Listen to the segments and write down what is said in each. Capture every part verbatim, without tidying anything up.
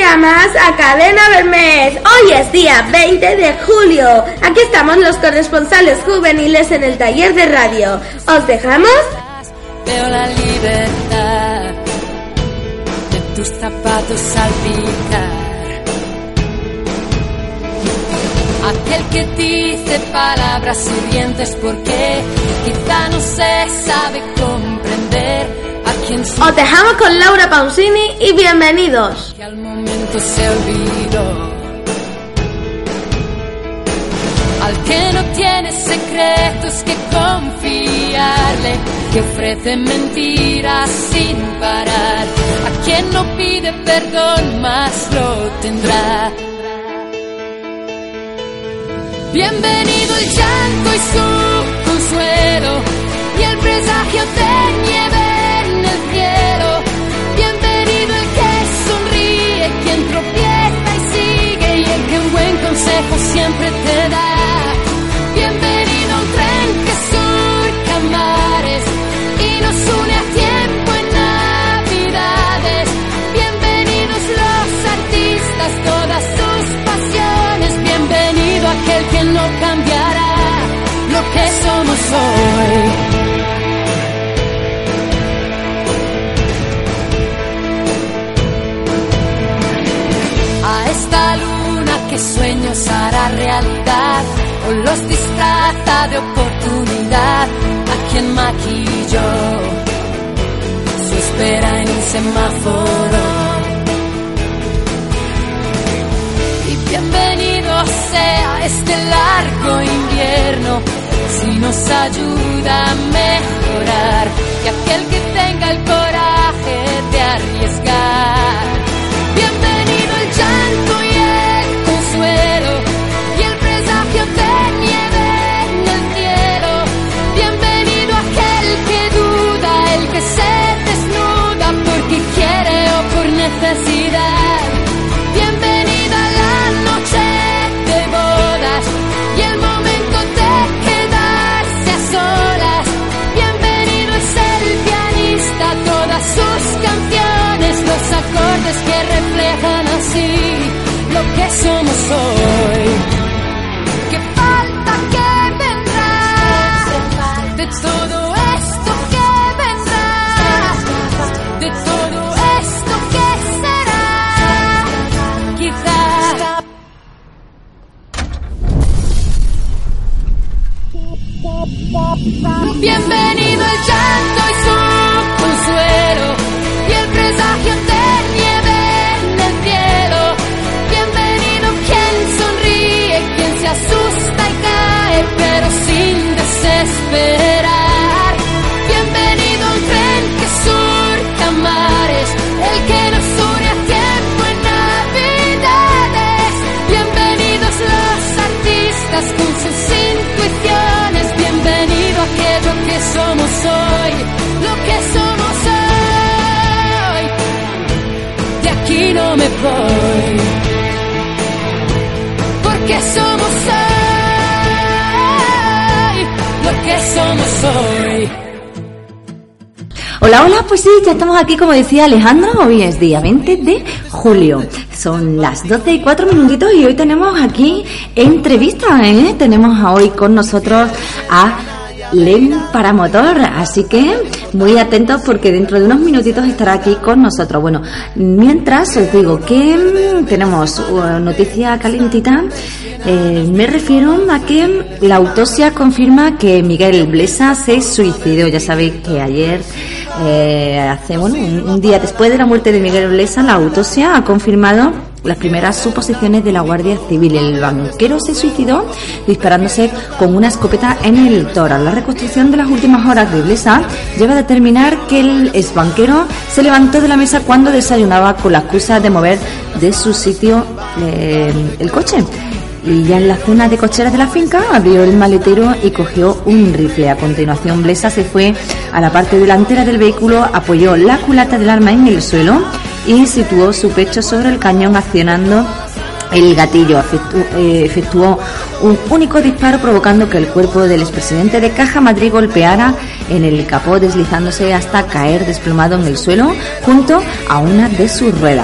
día más a Cadena Vermes. Hoy es día veinte de julio. Aquí estamos los corresponsales juveniles en el taller de radio. ¿Os dejamos? Veo la libertad de tus zapatos salpicar. Aquel que dice palabras hirientes porque quizá no se sabe comprender. Os dejamos con Laura Pausini y bienvenidos. Que al momento se olvidó. Al que no tiene secretos que confiarle, que ofrece mentiras sin parar. A quien no pide perdón más lo tendrá. Bienvenido el llanto y su consuelo y el presagio de nieve en el cielo. Bienvenido el que sonríe, quien tropieza y sigue y el que un buen consejo siempre te da. Bienvenido un tren que surca mares y nos une a tiempo en navidades. Bienvenidos los artistas, todas sus pasiones. Bienvenido aquel que no cambiará lo que somos hoy. Esta luna que sueños hará realidad o los disfraza de oportunidad. A quien maquilló su espera en un semáforo. Y bienvenido sea este largo invierno si nos ayuda a mejorar. Y aquel que tenga el coraje de arriesgar. Llanto y el consuelo y el presagio de nieve en el cielo. Bienvenido aquel que duda, el que se desnuda porque quiere o por necesidad. Bienvenida la noche de bodas y el momento de quedarse a solas. Bienvenido es el pianista, todas sus canciones, los acordes que reflejan así lo que somos hoy. Que falta que vendrá de todo esto que vendrá, de todo esto que será, quizás. Bienvenido el llanto y su consuelo y el presagio de nieve en el cielo. Bienvenido quien sonríe, quien se asusta y cae, pero sin desesperar. Bienvenido un tren que surca mares, el que nos une a tiempo en navidades. Bienvenidos los artistas con sus intuiciones. Bienvenido aquello que somos hoy, lo que somos hoy. De aquí no me voy, porque somos hoy, lo que somos hoy. Hola, hola, pues sí, ya estamos aquí, como decía Alejandro, hoy es día veinte de julio. Son las doce y cuatro minutitos y hoy tenemos aquí entrevista, ¿eh? Tenemos hoy con nosotros a Len Paramotor, así que muy atentos porque dentro de unos minutitos estará aquí con nosotros. Bueno, mientras os digo que tenemos uh, noticia calentita. Eh, me refiero a que la autopsia confirma que Miguel Blesa se suicidó. Ya sabéis que ayer, eh, hace bueno un, un día después de la muerte de Miguel Blesa, la autopsia ha confirmado las primeras suposiciones de la Guardia Civil. El banquero se suicidó disparándose con una escopeta en el tórax. La reconstrucción de las últimas horas de Blesa lleva a determinar que el exbanquero se levantó de la mesa cuando desayunaba con la excusa de mover de su sitio eh, el coche. Y ya en la zona de cocheras de la finca abrió el maletero y cogió un rifle. A continuación Blesa se fue a la parte delantera del vehículo, apoyó la culata del arma en el suelo y situó su pecho sobre el cañón accionando el gatillo. Efectu- eh, efectuó un único disparo provocando que el cuerpo del expresidente de Caja Madrid golpeara en el capó, deslizándose hasta caer desplomado en el suelo junto a una de sus ruedas.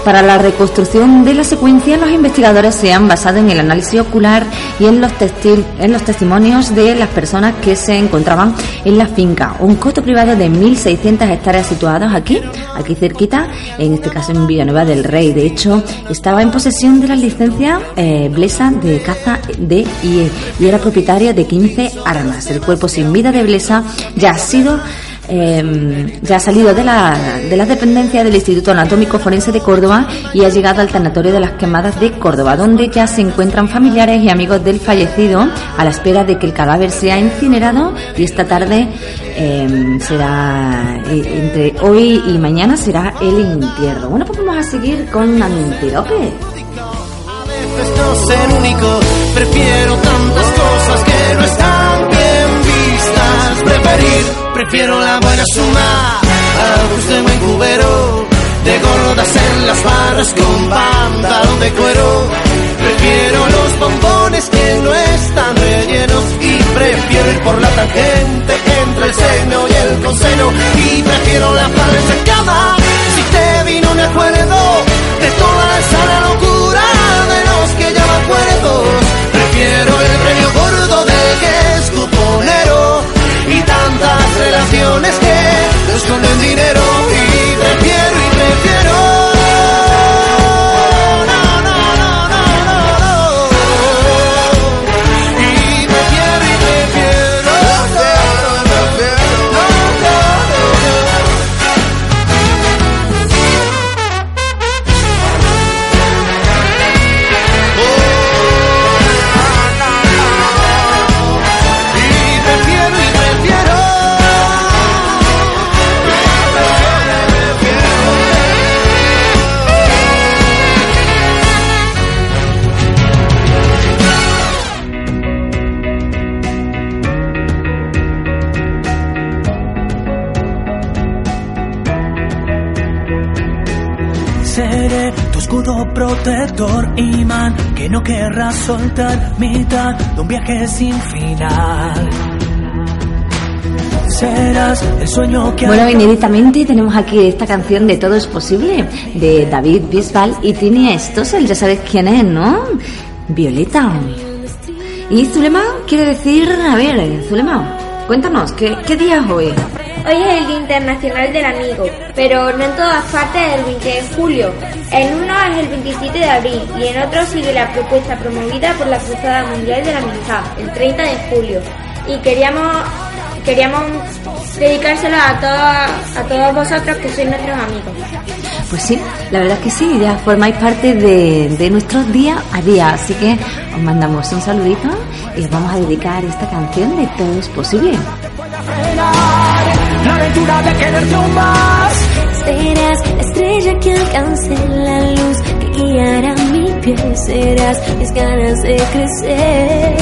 Para la reconstrucción de la secuencia, los investigadores se han basado en el análisis ocular y en los, testi- en los testimonios de las personas que se encontraban en la finca, un coto privado de mil seiscientas hectáreas situados aquí, aquí cerquita, en este caso en Villanueva del Rey. De hecho, estaba en posesión de la licencia eh, Blesa de caza de I E y era propietario de quince armas. El cuerpo sin vida de Blesa ya ha sido Eh, ya ha salido de la, de las dependencias del Instituto Anatómico Forense de Córdoba y ha llegado al tanatorio de las Quemadas de Córdoba, donde ya se encuentran familiares y amigos del fallecido a la espera de que el cadáver sea incinerado, y esta tarde eh, será eh, entre hoy y mañana será el entierro. Bueno, pues vamos a seguir con Antílope. A veces no ser único, prefiero tantas cosas que no están bien vistas. Preferir, prefiero la buena suma al gusto de buen cubero, de gordas en las barras con pantalón de cuero. Prefiero los bombones que no están rellenos y prefiero ir por la tangente entre el seno y el conseno. Y prefiero la falsa en cama si te vino un acuerdo de toda esa locura de los que llaman cuerdos. Prefiero el premio gordo del que es cuponero y tantas relaciones que no esconden dinero. Y prefiero, y prefiero no, no, no, no, no, no. Y prefiero, y prefiero no, no, no, no, seré tu escudo protector, imán que no querrás soltar, mitad de un viaje sin final. Serás el sueño que... Bueno, inéditamente tenemos aquí esta canción de Todo es Posible, de David Bisbal y Tini Stossel. Ya sabes quién es, ¿no? Violeta. Y Zulema quiere decir... A ver, Zulema, cuéntanos, ¿qué, qué día es hoy? Hoy es el Día Internacional del Amigo, pero no en todas partes es el veinte de julio. En uno es el veintisiete de abril y en otro sigue la propuesta promovida por la Cruzada Mundial de la Amistad, el treinta de julio. Y queríamos queríamos dedicárselo a todos, a todos vosotros que sois nuestros amigos. Pues sí, la verdad es que sí, ya formáis parte de, de nuestro día a día, así que os mandamos un saludito y os vamos a dedicar esta canción de Todo es Posible. La aventura de quererte aún más. Serás la estrella que alcance la luz que guiará mi piel. Serás mis ganas de crecer.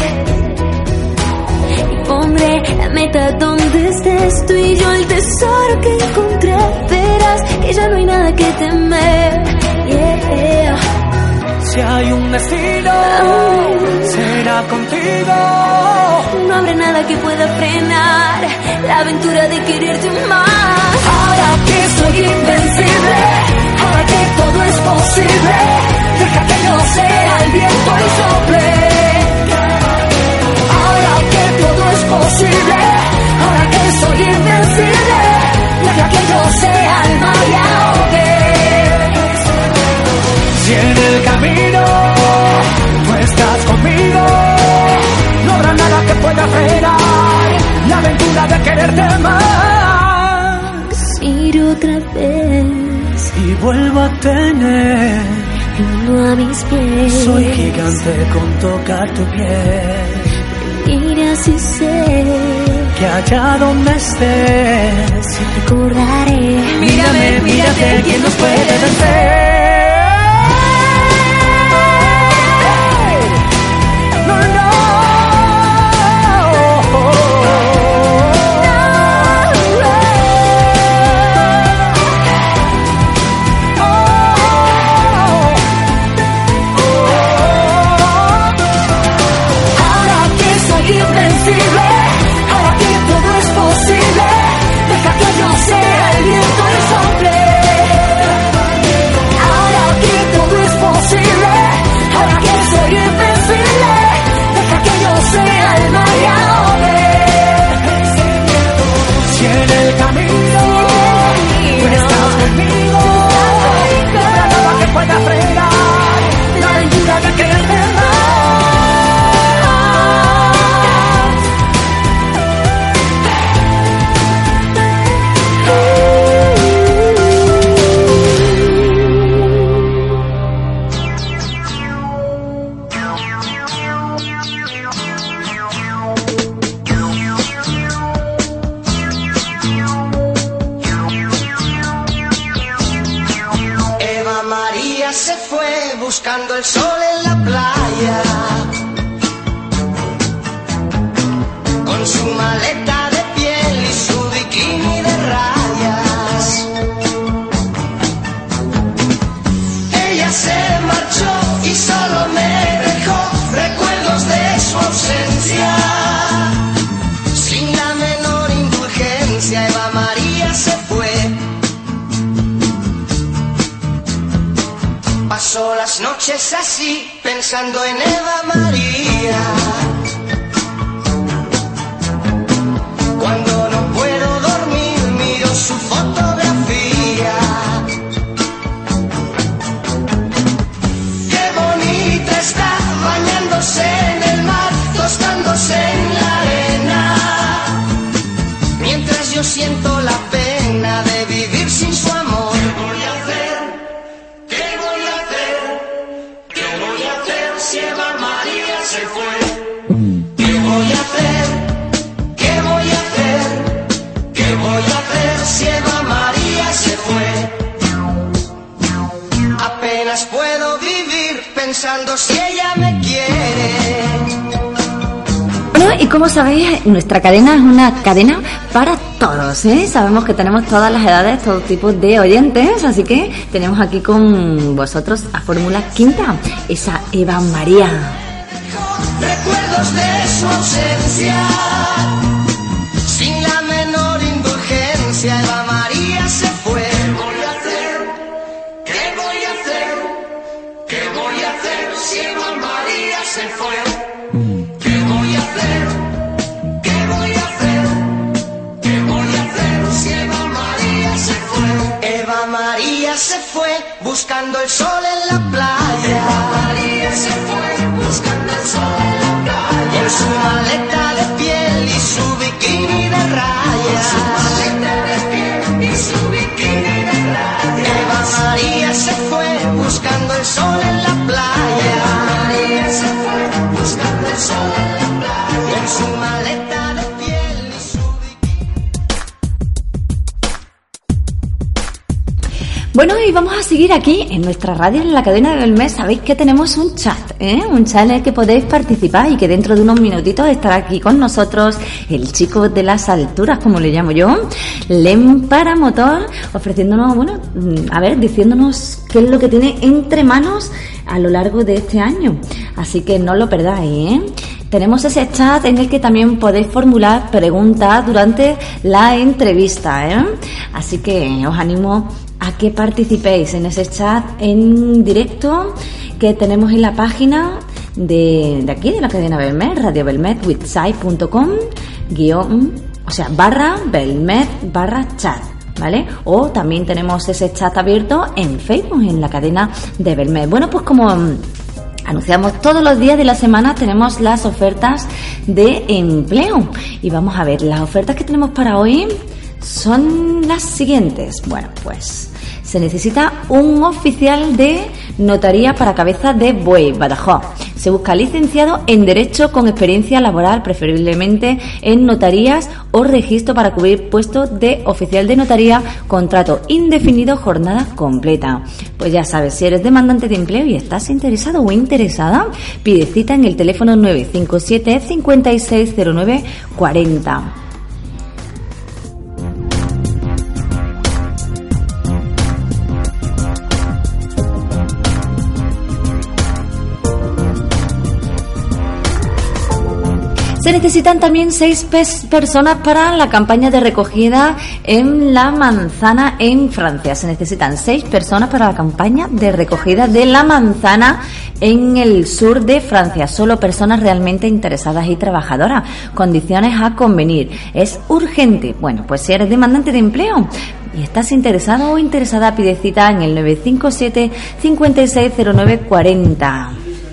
Y pondré la meta donde estés tú y yo, el tesoro que encontré. Verás que ya no hay nada que temer. Yeah. Si hay un destino, Oh. será contigo. No habrá nada que pueda frenar la aventura de quererte más. Ahora que soy invencible, ahora que todo es posible, deja que yo sea el viento y sople. Ahora que todo es posible, ahora que soy invencible, deja que yo sea el mar y ahogue. Si en el camino tú estás conmigo, no habrá nada que pueda frenar la aventura de quererte más. Miro otra vez Y vuelvo a tener el mundo a mis pies. Soy gigante con tocar tu piel. Mira si sé Que allá donde estés recordaré. mírame, mírate, ¿quién nos puede vencer? No, no. Ahora que soy invencible, ahora que todo es posible, deja que yo sea el viento y sople. playa, con su maleta de piel y su bikini de rayas. Ella se marchó y solo me dejó recuerdos de su ausencia. Sin la menor indulgencia, Eva María se fue. Pasó las noches así, pensando en Eva María. Cuando no puedo dormir, miro su fotografía. Qué bonita está, bañándose en el mar, tostándose en la arena. Mientras yo siento la pena de vivir sin su amor. ¿Qué voy a hacer? ¿Qué voy a hacer? ¿Qué voy a hacer si Eva María se fue? ¿Qué voy a hacer? ¿Qué voy a hacer? ¿Qué voy a hacer si Eva María se fue? Apenas puedo vivir pensando si ella me quiere. Bueno, y como sabéis, nuestra cadena es una cadena para todos, ¿eh? Sabemos que tenemos todas las edades, todo tipo de oyentes, así que tenemos aquí con vosotros a Fórmula Quinta, esa Eva María. Recuerdos de su ausencia, sin la menor indulgencia, Eva María se fue. ¿Qué voy a hacer? ¿Qué voy a hacer? ¿Qué voy a hacer si Eva María se fue? ¿Qué voy a hacer? ¿Qué voy a hacer? ¿Qué voy a hacer si Eva María se fue? Eva María se fue buscando el sol en la playa. Eva María se fue buscando el sol en la playa. En su maleta de piel y su bikini de rayas. Su maleta de piel y su bikini de rayas. Eva María se fue buscando el sol en la playa. Eva María se fue buscando el sol en la playa. En su maleta de piel y su Bueno, y vamos a seguir aquí en nuestra radio, en la cadena del mes. Sabéis que tenemos un chat, ¿eh? Un chat en el que podéis participar y que dentro de unos minutitos estará aquí con nosotros el chico de las alturas, como le llamo yo, Lem Paramotor, ofreciéndonos, bueno, a ver, diciéndonos qué es lo que tiene entre manos a lo largo de este año. Así que no lo perdáis, ¿eh? Tenemos ese chat en el que también podéis formular preguntas durante la entrevista, ¿eh? Así que os animo a que participéis en ese chat en directo que tenemos en la página de, de aquí, de la cadena Belmed, radio belmed website punto com, guión, o sea, barra Belmed, barra chat, ¿vale? O también tenemos ese chat abierto en Facebook, en la cadena de Belmed. Bueno, pues como anunciamos todos los días de la semana, tenemos las ofertas de empleo. Y vamos a ver, las ofertas que tenemos para hoy son las siguientes. Bueno, pues se necesita un oficial de notaría para Cabeza de Buey, Badajoz. Se busca licenciado en Derecho con experiencia laboral, preferiblemente en notarías o registro para cubrir puesto de oficial de notaría, contrato indefinido, jornada completa. Pues ya sabes, si eres demandante de empleo y estás interesado o interesada, pide cita en el teléfono nueve cinco siete, cincuenta y seis cero nueve, cuarenta. Se necesitan también seis pes- personas para la campaña de recogida en la manzana en Francia. Se necesitan seis personas para la campaña de recogida de la manzana en el sur de Francia. Solo personas realmente interesadas y trabajadoras. Condiciones a convenir. Es urgente. Bueno, pues si eres demandante de empleo y estás interesado o interesada, pide cita en el nueve cinco siete, cincuenta y seis cero nueve, cuarenta.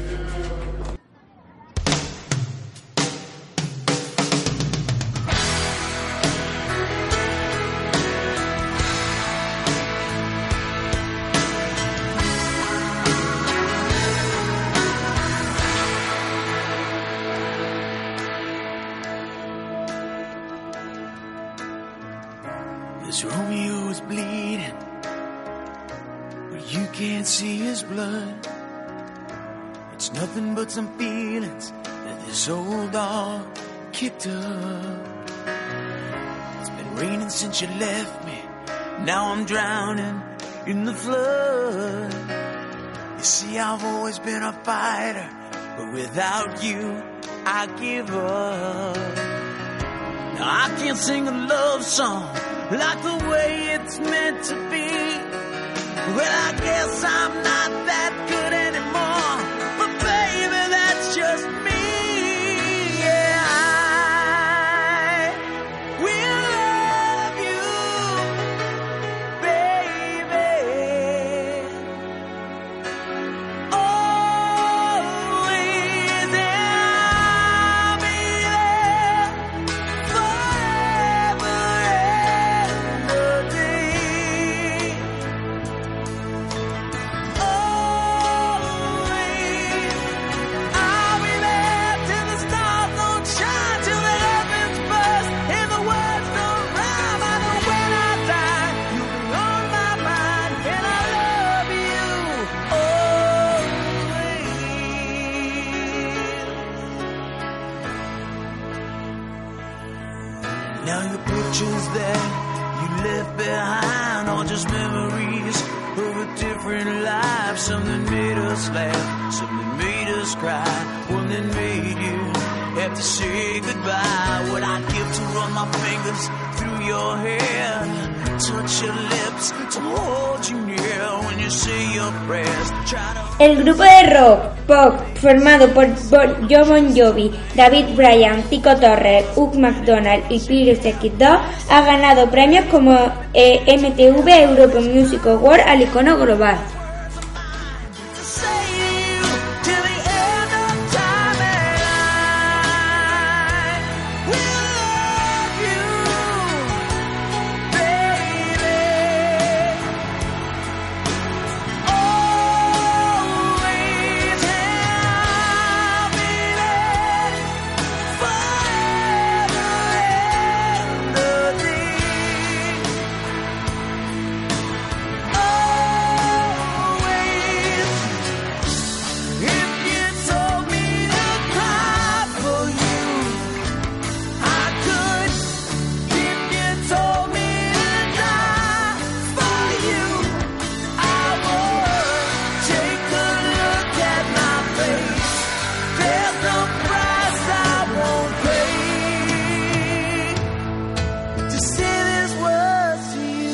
This Romeo is bleeding, but you can't see his blood. It's It's nothing but some feelings that this old dog kicked up. It's been raining since you left me. Now I'm drowning in the flood. You see, I've always been a fighter, but without you, I give up. Now I can't sing a love song like the way it's meant to be. Well, I guess I'm not that good anymore, but baby, that's just me. Yeah, I will love you, baby, always, and I'll be there forever and a day. Always, I'll be there till the stars don't shine, till the heavens burst and the words don't rhyme. I know when I die, you'll be on my mind, and I love you always. Now your pictures that you left behind are just memories of a different life. Something made us laugh, something made us cry, one that made you have to say goodbye. What I'd give to run my fingers through your hair, touch your lips, to hold you near when you say your prayers. Try to El grupo de rock pop formado por Bon- Jon Bon Jovi, David Bryan, Tico Torres, Hugh McDonald y Pyrrhus X dos ha ganado premios como eh, M T V European Music Award al icono global. say you till the end of time, and I will love you, baby, always, and I'll be there forever and a day. Always, if you told me to cry for you, I could. If you told me to die for you, I would. Take a look at my face. There's no price I won't pay to say these words to you.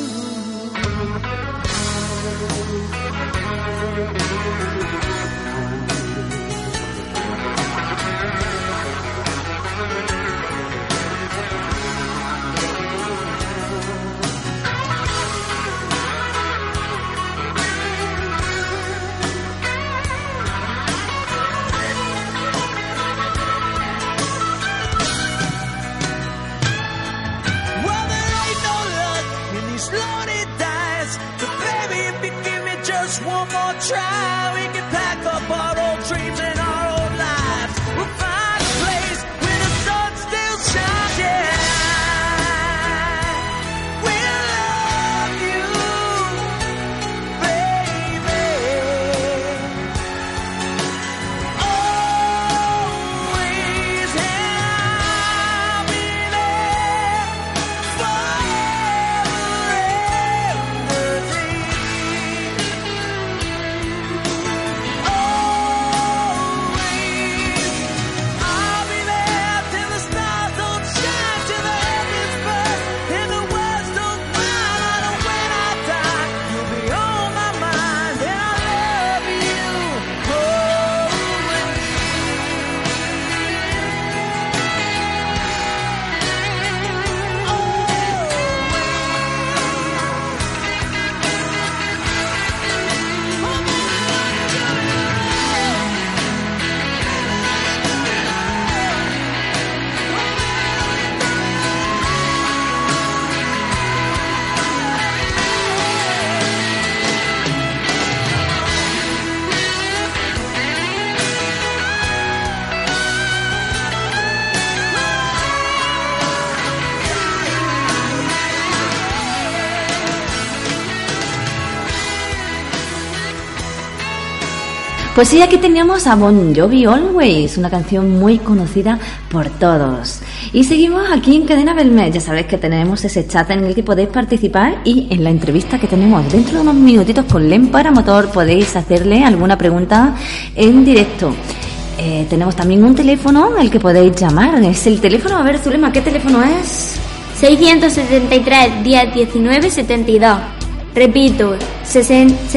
Well, there ain't no luck in these loaded dice, but baby, if you give me just one more try, we can pack up our old dreams and our old lives. We'll find a place where the sun still shines. Yeah, we'll love you, baby, always, and I'll be there forever and a day. Pues sí, aquí teníamos a Bon Jovi Always, una canción muy conocida por todos. Y seguimos aquí en Cadena Belmez. Ya sabéis que tenemos ese chat en el que podéis participar, y en la entrevista que tenemos dentro de unos minutitos con Len Paramotor podéis hacerle alguna pregunta en directo. Eh, tenemos también un teléfono al que podéis llamar. Es el teléfono, a ver, Zulema, ¿qué teléfono es? seiscientos setenta y tres, diez, diecinueve, setenta y dos. Repito, seiscientos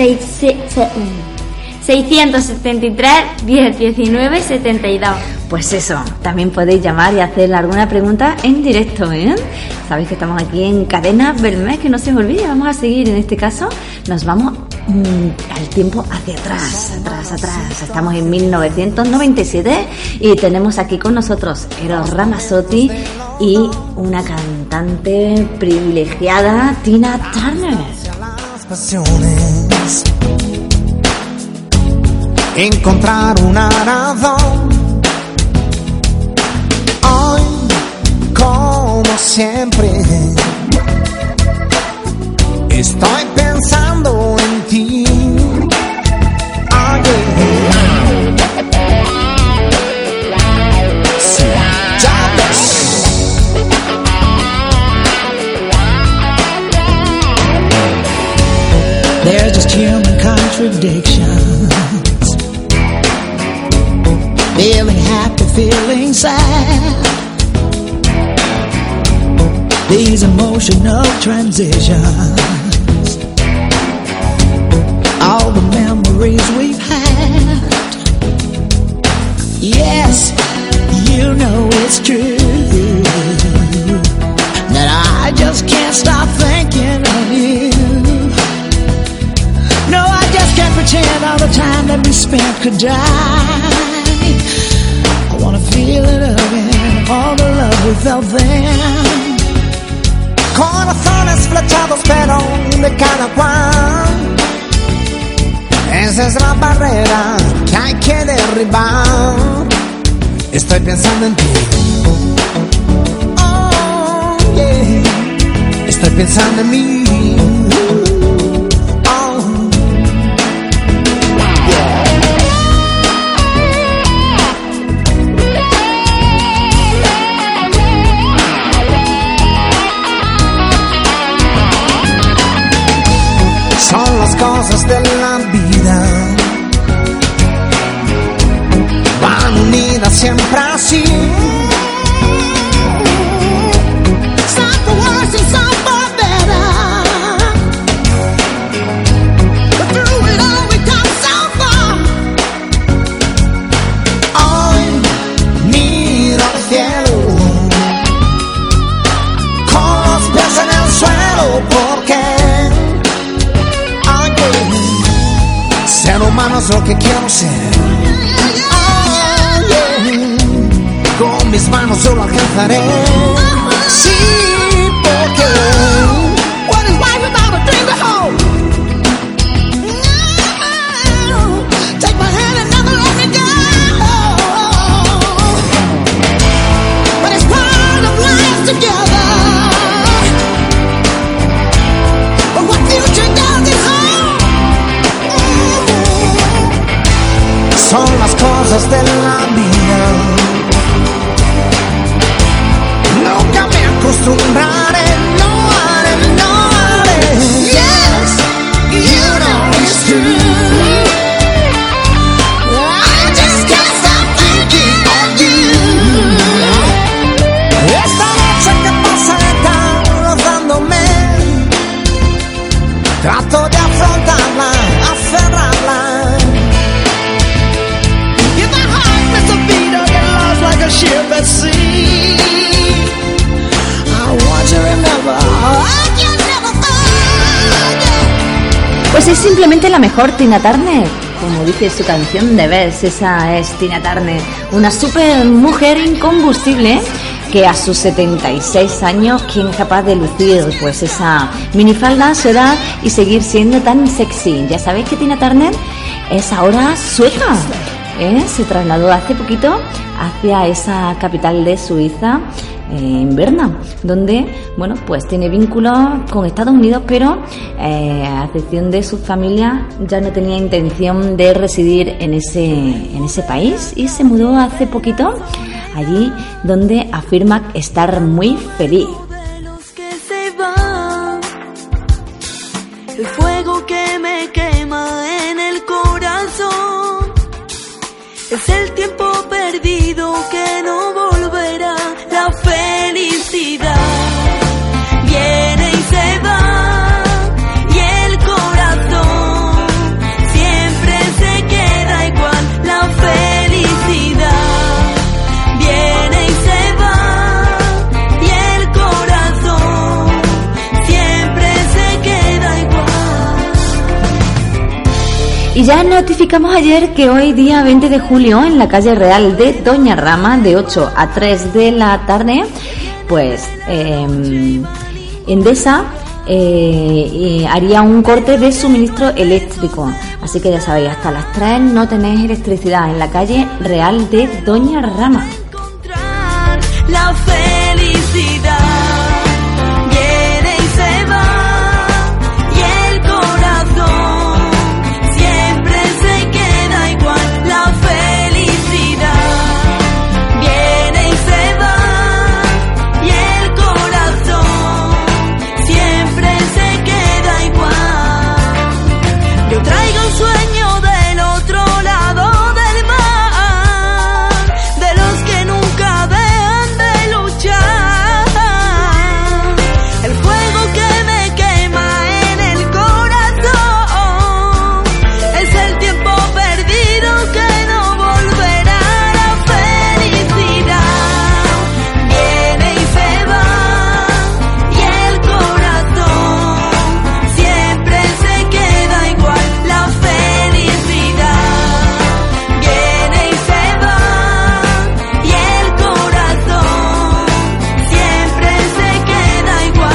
setenta y tres, diez, diecinueve, setenta y dos. Pues eso, también podéis llamar y hacer alguna pregunta en directo, ¿eh? Sabéis que estamos aquí en Cadena Belmez, que no se os olvide. Vamos a seguir, en este caso nos vamos mmm, al tiempo hacia atrás, atrás, atrás. Estamos en mil novecientos noventa y siete y tenemos aquí con nosotros Eros Ramazzotti y una cantante privilegiada, Tina Turner. Encontrar una razón. Hoy, como siempre, estoy pensando en ti. Ayer, sí, ya ves. There's just human contradiction. Feeling happy, feeling sad. These emotional transitions. All the memories we've had. Yes, you know it's true. That I just can't stop thinking of you. No, I just can't pretend all the time that we spent could die. I wanna feel it again, all the love we felt then. Corazones flechados pero de cada cual. Esa es la barrera que hay que derribar. Estoy pensando en ti. Oh, yeah. Estoy pensando en mí. Cosas de la vida van unidas siempre así. Some for worse and some for better, but through it all we come so far. Hoy miro al cielo con los pies en el suelo, porque ser humano es lo que quiero ser. Oh, yeah. Con mis manos yo lo alcanzaré. Sí, porque what is life without a dream to hold? No, take my hand and never let me go. But it's part of life together. But what future does it hold? Son las cosas de la vida. Nunca me acostumbraré, no haré, no haré. Yes, you know it's true. I just can't stop thinking of you. Esta noche que pasa está rozándome. Trato de afrontarla, aferrarla. Like a ship at sea. I want to remember. I can never forget. Pues es simplemente la mejor Tina Turner. Como dice su canción de Bess, esa es Tina Turner. Una super mujer incombustible que a sus setenta y seis años, ¿quién es capaz de lucir pues esa minifalda a su edad y seguir siendo tan sexy? Ya sabéis que Tina Turner es ahora sueca. ¿eh? Se trasladó hace poquito hacia esa capital de Suiza, eh, en Berna, donde, bueno, pues tiene vínculos con Estados Unidos, pero eh, a excepción de su familia ya no tenía intención de residir en ese, en ese país y se mudó hace poquito allí, donde afirma estar muy feliz. El fuego que me quema en el corazón es el tiempo perdido que no volverá. La felicidad viene y se va y el corazón siempre se queda igual. La felicidad viene y se va y el corazón siempre se queda igual. Y ya notificamos ayer que hoy, día veinte de julio, en la calle Real de Doña Rama, de ocho a tres de la tarde, pues eh, Endesa eh, haría un corte de suministro eléctrico. Así que ya sabéis, hasta las tres no tenéis electricidad en la calle Real de Doña Rama. La felicidad viene y se va y el corazón siempre se queda igual. La felicidad viene y se va y el corazón siempre se queda igual. Yo traigo un sueño del otro lado del mar, de los que nunca dejan de luchar. El fuego que me quema en el corazón es el tiempo perdido que no volverá. La felicidad viene y se va y el corazón siempre se queda igual. La felicidad viene y se va y el corazón siempre se queda igual.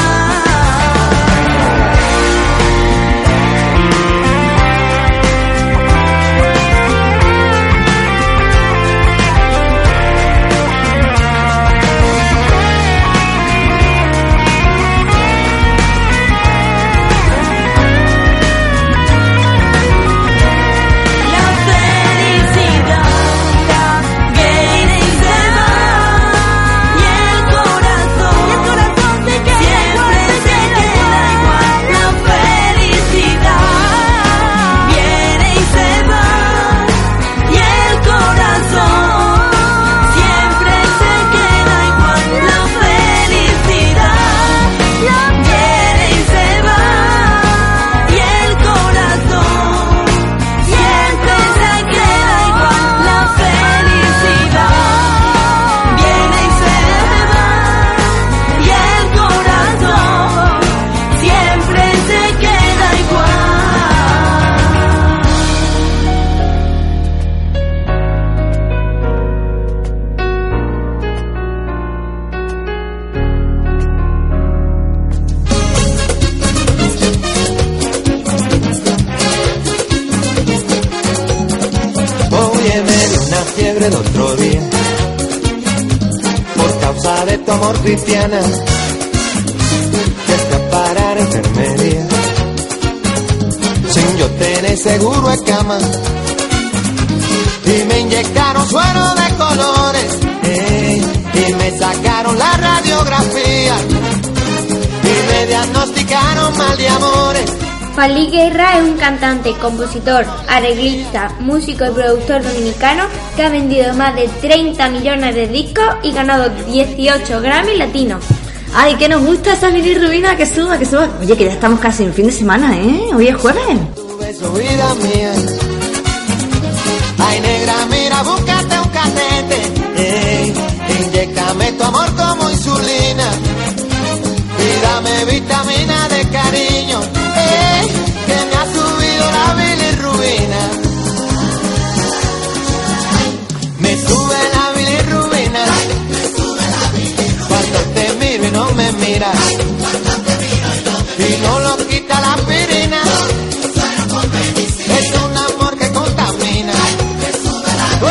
La felicidad viene y se va y el corazón siempre se queda igual. La felicidad viene y se va y el corazón siempre se queda igual. La felicidad viene y se va y el corazón siempre se queda igual. La felicidad viene y se va y el corazón siempre se queda igual. Oye, me dio una fiebre el otro día por causa de tu amor, cristiana. Desde a parar enfermería sin yo tener seguro de cama y me inyectaron suero de colores, eh, y me sacaron la radiografía y me diagnosticaron mal de amores. Juan Luis Guerra es un cantante, compositor, arreglista, músico y productor dominicano que ha vendido más de treinta millones de discos y ganado dieciocho Grammy latinos. Ay, que nos gusta esa bilirrubina, que suba, que suba. Oye, que ya estamos casi en fin de semana, ¿eh? Hoy es jueves. Tu beso, vida mía. Ay, negra, mira, búscate un catete, eh, inyéctame tu amor como insulina y dame vitamina de cariño, eh, que me ha subido la bilirrubina. Me sube la bilirrubina cuando te miro y no me miras, y no lo quita la aspirina. Es un amor que contamina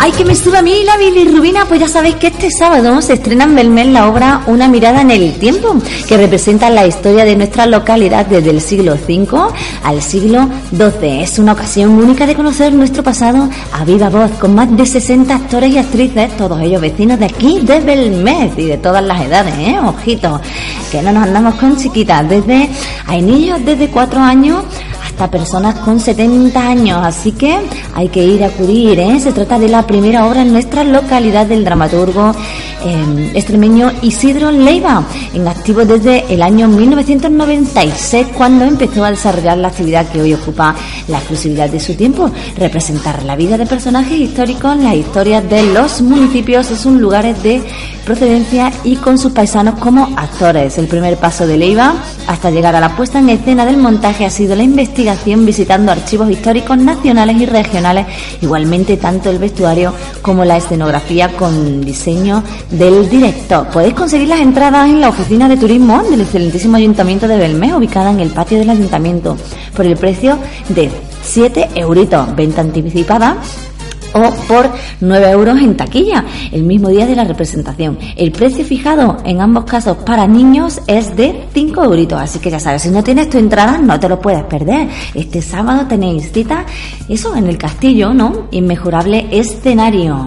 ¡Ay, que me sube a mí la bilirrubina! Pues ya sabéis que este sábado se estrena en Belmez la obra Una mirada en el tiempo, que representa la historia de nuestra localidad desde el siglo cinco al siglo doce. Es una ocasión única de conocer nuestro pasado a viva voz, con más de sesenta actores y actrices, todos ellos vecinos de aquí, de Belmez, y de todas las edades, ¿eh? Ojito, que no nos andamos con chiquitas. Desde, hay niños desde cuatro años hasta personas con setenta años, así que hay que ir a acudir, ¿eh? Se trata de la primera obra en nuestra localidad del dramaturgo eh, extremeño Isidro Leiva, en activo desde el año mil novecientos noventa y seis, cuando empezó a desarrollar la actividad que hoy ocupa la exclusividad de su tiempo: representar la vida de personajes históricos, las historias de los municipios, sus lugares de procedencia y con sus paisanos como actores. El primer paso de Leiva hasta llegar a la puesta en escena del montaje ha sido la investigación, visitando archivos históricos nacionales y regionales, igualmente tanto el vestuario como la escenografía con diseño del director. Podéis conseguir las entradas en la oficina de turismo del excelentísimo Ayuntamiento de Belmez, ubicada en el patio del Ayuntamiento, por el precio de siete euritos, venta anticipada, o por nueve euros en taquilla, el mismo día de la representación. El precio fijado en ambos casos para niños es de cinco euritos, así que ya sabes, si no tienes tu entrada no te lo puedes perder. Este sábado tenéis cita, eso, en el castillo, ¿no? Inmejorable escenario.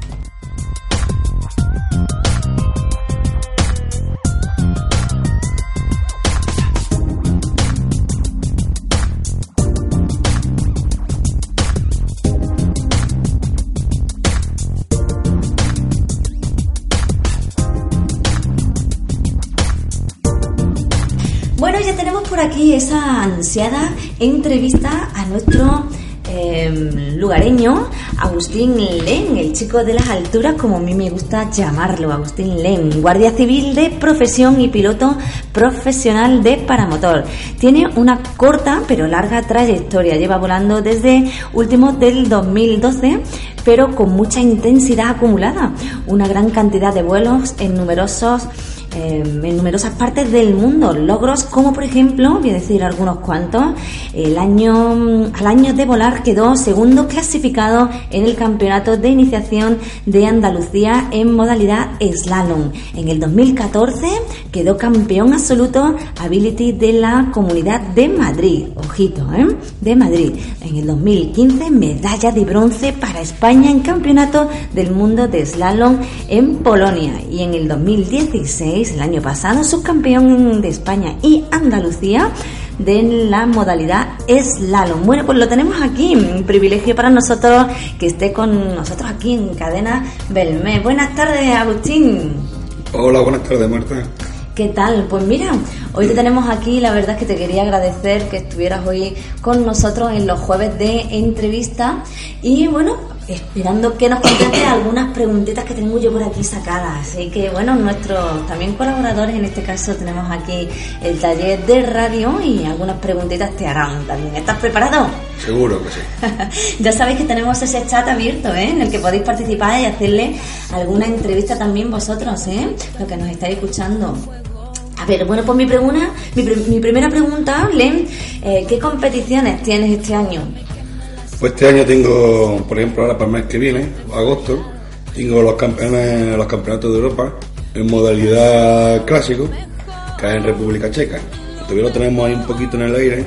Bueno, ya tenemos por aquí esa ansiada entrevista a nuestro eh, lugareño, Agustín Len, el chico de las alturas, como a mí me gusta llamarlo. Agustín Len, guardia civil de profesión y piloto profesional de paramotor. Tiene una corta pero larga trayectoria, lleva volando desde últimos del dos mil doce, pero con mucha intensidad acumulada, una gran cantidad de vuelos en numerosos en numerosas partes del mundo, logros como, por ejemplo, voy a decir algunos cuantos: el año al año de volar quedó segundo clasificado en el campeonato de iniciación de Andalucía en modalidad slalom. En el dos mil catorce quedó campeón absoluto Ability de la Comunidad de Madrid, ojito, ¿eh? de Madrid. En el dos mil quince medalla de bronce para España en campeonato del mundo de slalom en Polonia, y en el dos mil dieciséis, el año pasado, subcampeón de España y Andalucía de la modalidad slalom. Bueno, pues lo tenemos aquí, un privilegio para nosotros que esté con nosotros aquí en Cadena Belmez. Buenas tardes, Agustín. Hola, buenas tardes, Marta. ¿Qué tal? Pues mira, hoy te tenemos aquí. La verdad es que te quería agradecer que estuvieras hoy con nosotros en los jueves de entrevista, y bueno, esperando que nos contestes algunas preguntitas que tengo yo por aquí sacadas. Así que bueno, nuestros también colaboradores, en este caso tenemos aquí el taller de radio, y algunas preguntitas te harán también. ¿Estás preparado? Seguro que sí. Ya sabéis que tenemos ese chat abierto, ¿eh? En el que podéis participar y hacerle alguna entrevista también vosotros, ¿eh? Lo que nos estáis escuchando. A ver, bueno, pues mi pregunta, mi, mi primera pregunta, Len, eh, ¿qué competiciones tienes este año? Pues este año tengo, por ejemplo, ahora para el mes que viene, agosto, tengo los campeones, los campeonatos de Europa en modalidad clásico, que es en República Checa. Todavía lo tenemos ahí un poquito en el aire,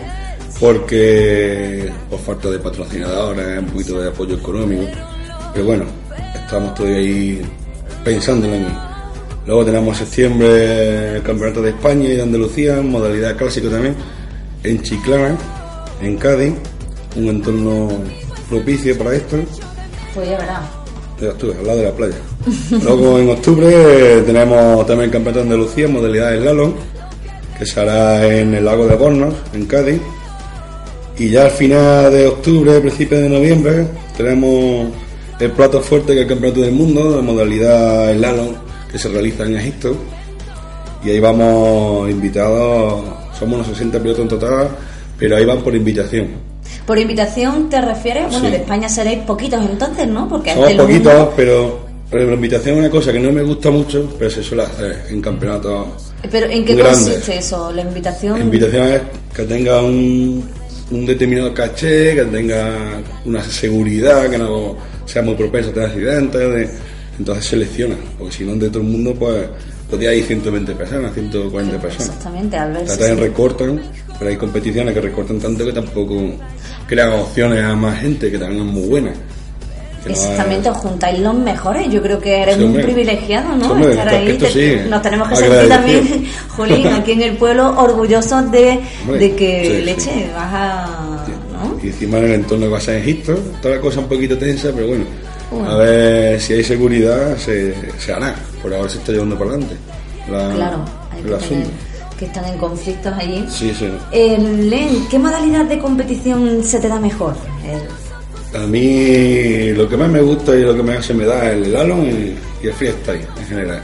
porque por falta de patrocinadores, un poquito de apoyo económico, pero bueno, estamos todavía ahí pensando en ello. Luego tenemos en septiembre el Campeonato de España y de Andalucía en modalidad clásico también, en Chiclana, en Cádiz, un entorno propicio para esto. Pues ya verás. Ya estuve, al lado de la playa. Luego en octubre tenemos también el Campeonato de Andalucía en modalidad slalom, que se hará en el lago de Bornos, en Cádiz. Y ya al final de octubre, principio de noviembre, tenemos el plato fuerte, que es el Campeonato del Mundo de modalidad slalom, que se realiza en Egipto, y ahí vamos invitados, somos unos sesenta pilotos en total, pero ahí van por invitación. ¿Por invitación te refieres? Bueno, Sí. de España seréis poquitos entonces, ¿no? Porque Somos es de poquitos, mundo. pero, pero la invitación es una cosa que no me gusta mucho, pero se suele hacer en campeonatos ¿Pero en qué grandes. consiste eso? La invitación... La invitación es que tenga un, un determinado caché, que tenga una seguridad, que no sea muy propenso a tener accidentes, de, entonces selecciona, porque si no de todo el mundo pues podría ir ciento veinte personas, ciento cuarenta personas. Exactamente, al ver O sea, si también sí. recortan, pero hay competiciones que recortan tanto que tampoco crean opciones a más gente, que también es muy buena. Que no Exactamente, es- os juntáis los mejores. Yo creo que eres Sí, hombre. un privilegiado, ¿no? Sí, hombre, Estar esto- ahí. esto Te- sí, Nos tenemos que sentir agradecido. también, Jolín, aquí en el pueblo, orgullosos de, Hombre, de que sí, leche sí. vas a. ¿no? Y encima en el entorno que pasa en Egipto, toda la cosa un poquito tensa, pero bueno, Bueno. a ver si hay seguridad, se, se hará. Por ahora se está llevando para adelante la- Claro, hay el que, asunto. tener, que están en conflictos allí. Sí, sí. Eh, Len, ¿qué modalidad de competición se te da mejor? El- A mí lo que más me gusta y lo que más se me da es el slalom y, y el freestyle en general.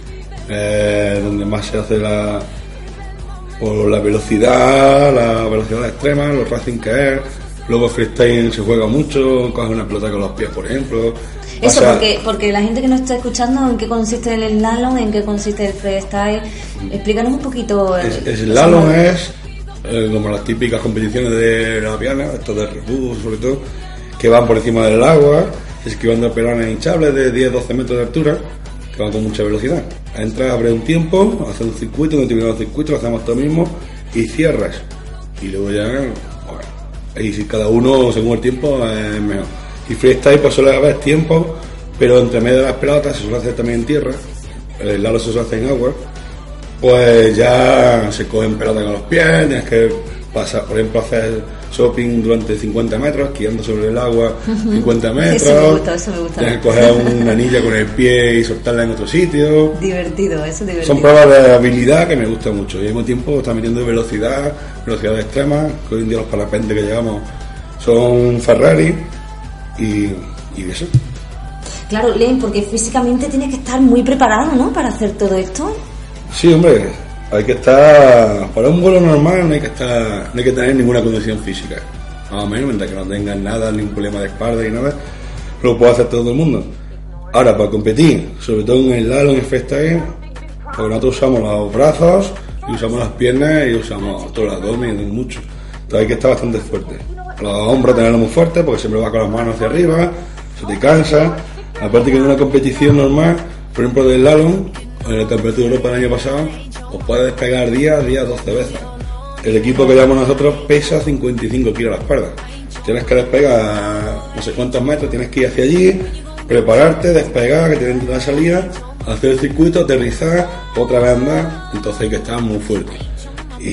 Eh, donde más se hace la por la velocidad, la velocidad extrema, los racing que es. Luego freestyle se juega mucho, coge una pelota con los pies, por ejemplo. Eso, Pasa- porque, porque la gente que nos está escuchando, ¿en qué consiste el slalom? ¿En qué consiste el freestyle? Explícanos un poquito. el- Es- el slalom es eh, como las típicas competiciones de la piana, estos de Red Bull sobre todo, que van por encima del agua, esquivando pelones hinchables de diez a doce metros de altura, que van con mucha velocidad. Entras, abres un tiempo, haces un circuito, un determinado circuito, lo hacemos todo mismo y cierras. Y luego ya, bueno, ahí si cada uno según el tiempo es mejor. Y freestyle pues suele haber tiempo, pero entre medio de las pelotas se suele hacer también en tierra, el slalom se suele hacer en agua. Pues ya se cogen pelotas con los pies, tienes que pasar, por ejemplo, hacer shopping durante cincuenta metros, esquiando sobre el agua cincuenta metros. Eso me gusta, eso me gusta. Tienes que coger una anilla con el pie y soltarla en otro sitio. Divertido, eso es divertido. Son pruebas de habilidad que me gustan mucho y al mismo tiempo está metiendo velocidad, velocidad extrema, que hoy en día los parapentes que llevamos son Ferrari y, y eso. Claro, Len, porque físicamente tienes que estar muy preparado, ¿no? Para hacer todo esto. Sí, hombre, hay que estar, para un vuelo normal no hay que estar, no hay que tener ninguna condición física, más o menos, mientras que no tengas nada, ningún problema de espalda ni nada, lo puede hacer todo el mundo. Ahora, para competir, sobre todo en el slalom y el freestyle, porque nosotros usamos los brazos y usamos las piernas y usamos todo el abdomen y mucho, entonces hay que estar bastante fuerte. Los hombros tenerlos muy fuertes porque siempre vas con las manos hacia arriba, se te cansa, aparte que en una competición normal, por ejemplo del slalom, en el Campeonato de Europa el año pasado, os puede despegar día a día doce veces. El equipo que llevamos nosotros pesa cincuenta y cinco kilos a la espalda. Tienes que despegar no sé cuántos metros, tienes que ir hacia allí, prepararte, despegar, que te den la salida, hacer el circuito, aterrizar, otra vez andar, entonces hay que estar muy fuerte. Y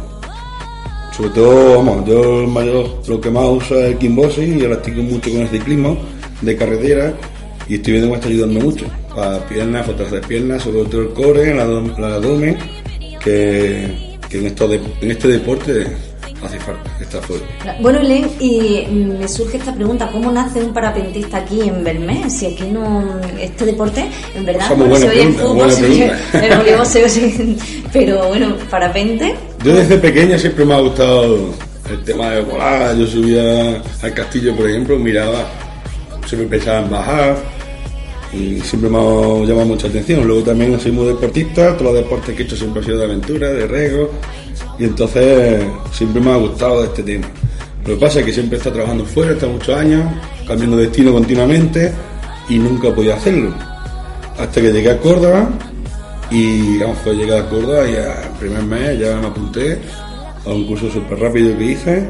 sobre todo, vamos, yo el mayor, lo que más uso es el kickboxing y ahora estoy mucho con el ciclismo de carretera y estoy viendo que me está ayudando mucho para piernas, fortalecer piernas, sobre todo el core, el abdom- el abdomen, que, que en, esto de, en este deporte hace falta estar fuerte. Bueno, Len, y mm, me surge esta pregunta, ¿cómo nace un parapentista aquí en Bermés? Si aquí no, este deporte, en verdad, Esa muy bueno, buena se oye en pregunta, fútbol, buena se oye pregunta. en voleibol, se oye, pero bueno, parapente, Yo desde pequeño siempre me ha gustado el tema de volar, yo subía al castillo, por ejemplo, miraba, siempre pensaba en bajar y siempre me ha llamado mucha atención. Luego también soy muy deportista, todos los deportes que he hecho siempre han sido de aventura, de riesgo y entonces siempre me ha gustado este tema. Lo que pasa es que siempre he estado trabajando fuera, he estado muchos años, cambiando de destino continuamente y nunca podía hacerlo. Hasta que llegué a Córdoba y vamos, fue llegar a Córdoba y al primer mes ya me apunté a un curso súper rápido que hice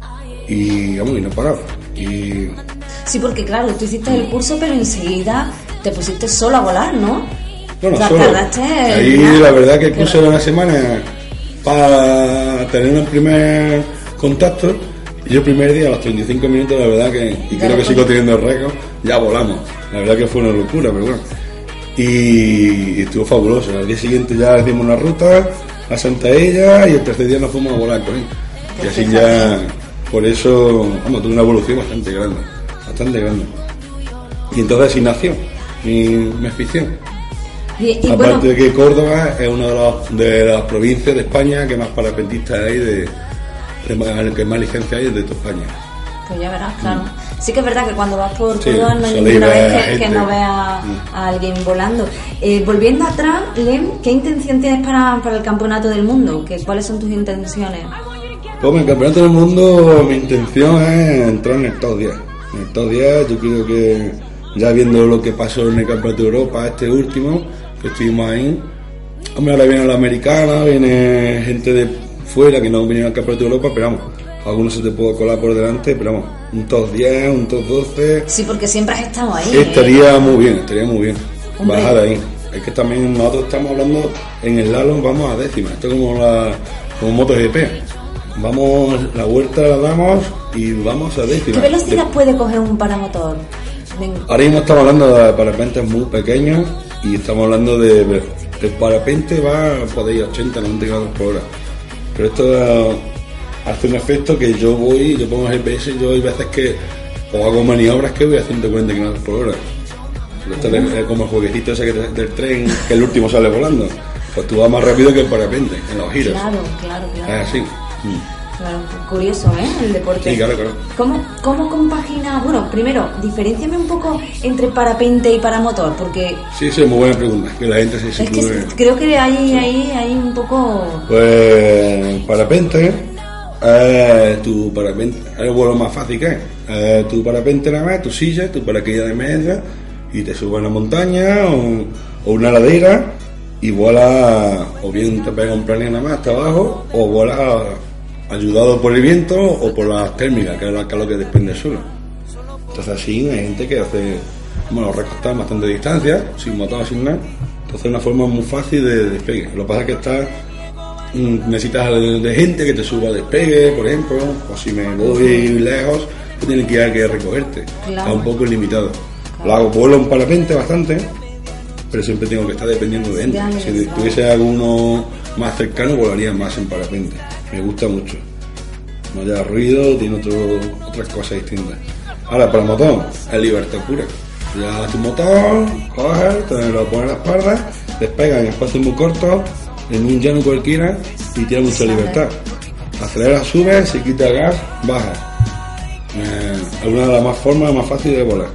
y vamos, y no he parado. Y sí, porque claro, tú hiciste el curso, pero enseguida te pusiste solo a volar, ¿no? bueno, O sea, solo. tardaste Ahí nada. la verdad que el curso era una semana para tener un primer contacto y yo el primer día a los treinta y cinco minutos la verdad que, y Ya creo lo que sigo teniendo el récord, ya volamos. La verdad que fue una locura, pero bueno. Y, y estuvo fabuloso. Al día siguiente ya hicimos una ruta a Santa Ella y el tercer día nos fuimos a volar con él. Y así ya, por eso, vamos, tuve una evolución bastante grande, bastante grande. Y entonces así nació mi, mi afición. Y, y Aparte bueno, de que Córdoba es una de, los- de las provincias de España que más parapentistas hay, de, de más- que más licencias hay de toda España. pues ya verás, claro. Sí que es verdad que cuando vas por Sí, Córdoba no hay soléis ninguna ver vez que, gente. que no veas Mm. a alguien volando. Eh, volviendo atrás, Len, ¿qué intención tienes para, para el Campeonato del Mundo? ¿Qué, ¿Cuáles son tus intenciones? Pues en el Campeonato del Mundo mi intención es entrar en el top diez. En el top diez, yo creo que ya viendo lo que pasó en el Campeonato de Europa, este último, que estuvimos ahí, hombre, ahora viene la americana, viene gente de fuera que no viene al Campeonato de Europa, pero vamos, algunos se te puede colar por delante, pero vamos, un top diez, un top doce. Sí, porque siempre has estado ahí. Estaría ¿eh? muy bien, estaría muy bien. Hombre. Bajar ahí. Es que también nosotros estamos hablando en el slalom, vamos a décima, esto es como la como MotoGP. Vamos, la vuelta la damos y vamos a décima. ¿Qué velocidad de... puede coger un paramotor? Ven. Ahora mismo estamos hablando de parapentes muy pequeños y estamos hablando de... El parapente va a poder ir a ochenta, noventa kilómetros por hora. Pero esto hace un efecto que yo voy, yo pongo el G P S y yo hay veces que o hago maniobras que voy a ciento cuarenta kilómetros por hora. Esto es como el jueguecito ese que te, del tren que el último sale volando. Pues tú vas más rápido que el parapente en los giros. Claro, claro, claro. Es así. Mm. Claro, curioso, ¿eh? El deporte. Sí, claro, claro. ¿Cómo, cómo compagina? Bueno, primero, diferenciame un poco entre parapente y paramotor, porque... Sí, sí, muy buena pregunta, que la gente se Es que sitúe. creo que ahí, ahí, hay un poco... Pues parapente, eh, tu parapente, es el vuelo más fácil que es. Eh, tu parapente nada más, tu silla, tu paracaídas de media, y te subes a una montaña o, o una ladera y vuelas, o bien te pega un planeo nada más hasta abajo, o vuelas ayudado por el viento o por las térmicas, que es la calor que desprende el suelo. Entonces así hay gente que hace, bueno, recortar bastante distancia, sin motor, sin nada. Entonces es una forma muy fácil de despegue. Lo que pasa es que está, necesitas de, de gente que te suba a despegue, por ejemplo, o si me voy lejos, tú tienes que ir a que recogerte. Claro. Está un poco limitado. Lo hago, vuelo en parapente bastante, pero siempre tengo que estar dependiendo de gente. Ya, Si ya. tuviese alguno más cercano, volaría más en parapente. Me gusta mucho. No haya ruido, tiene otro, otras cosas distintas. Ahora, para el motor, es libertad pura. Ya tu motor, coges, te lo pones a la espalda, despega en espacios muy cortos, en un llano cualquiera, y tiene mucha libertad. Acelera, sube, se quita el gas, baja. Eh, es una de las más formas más fáciles de volar.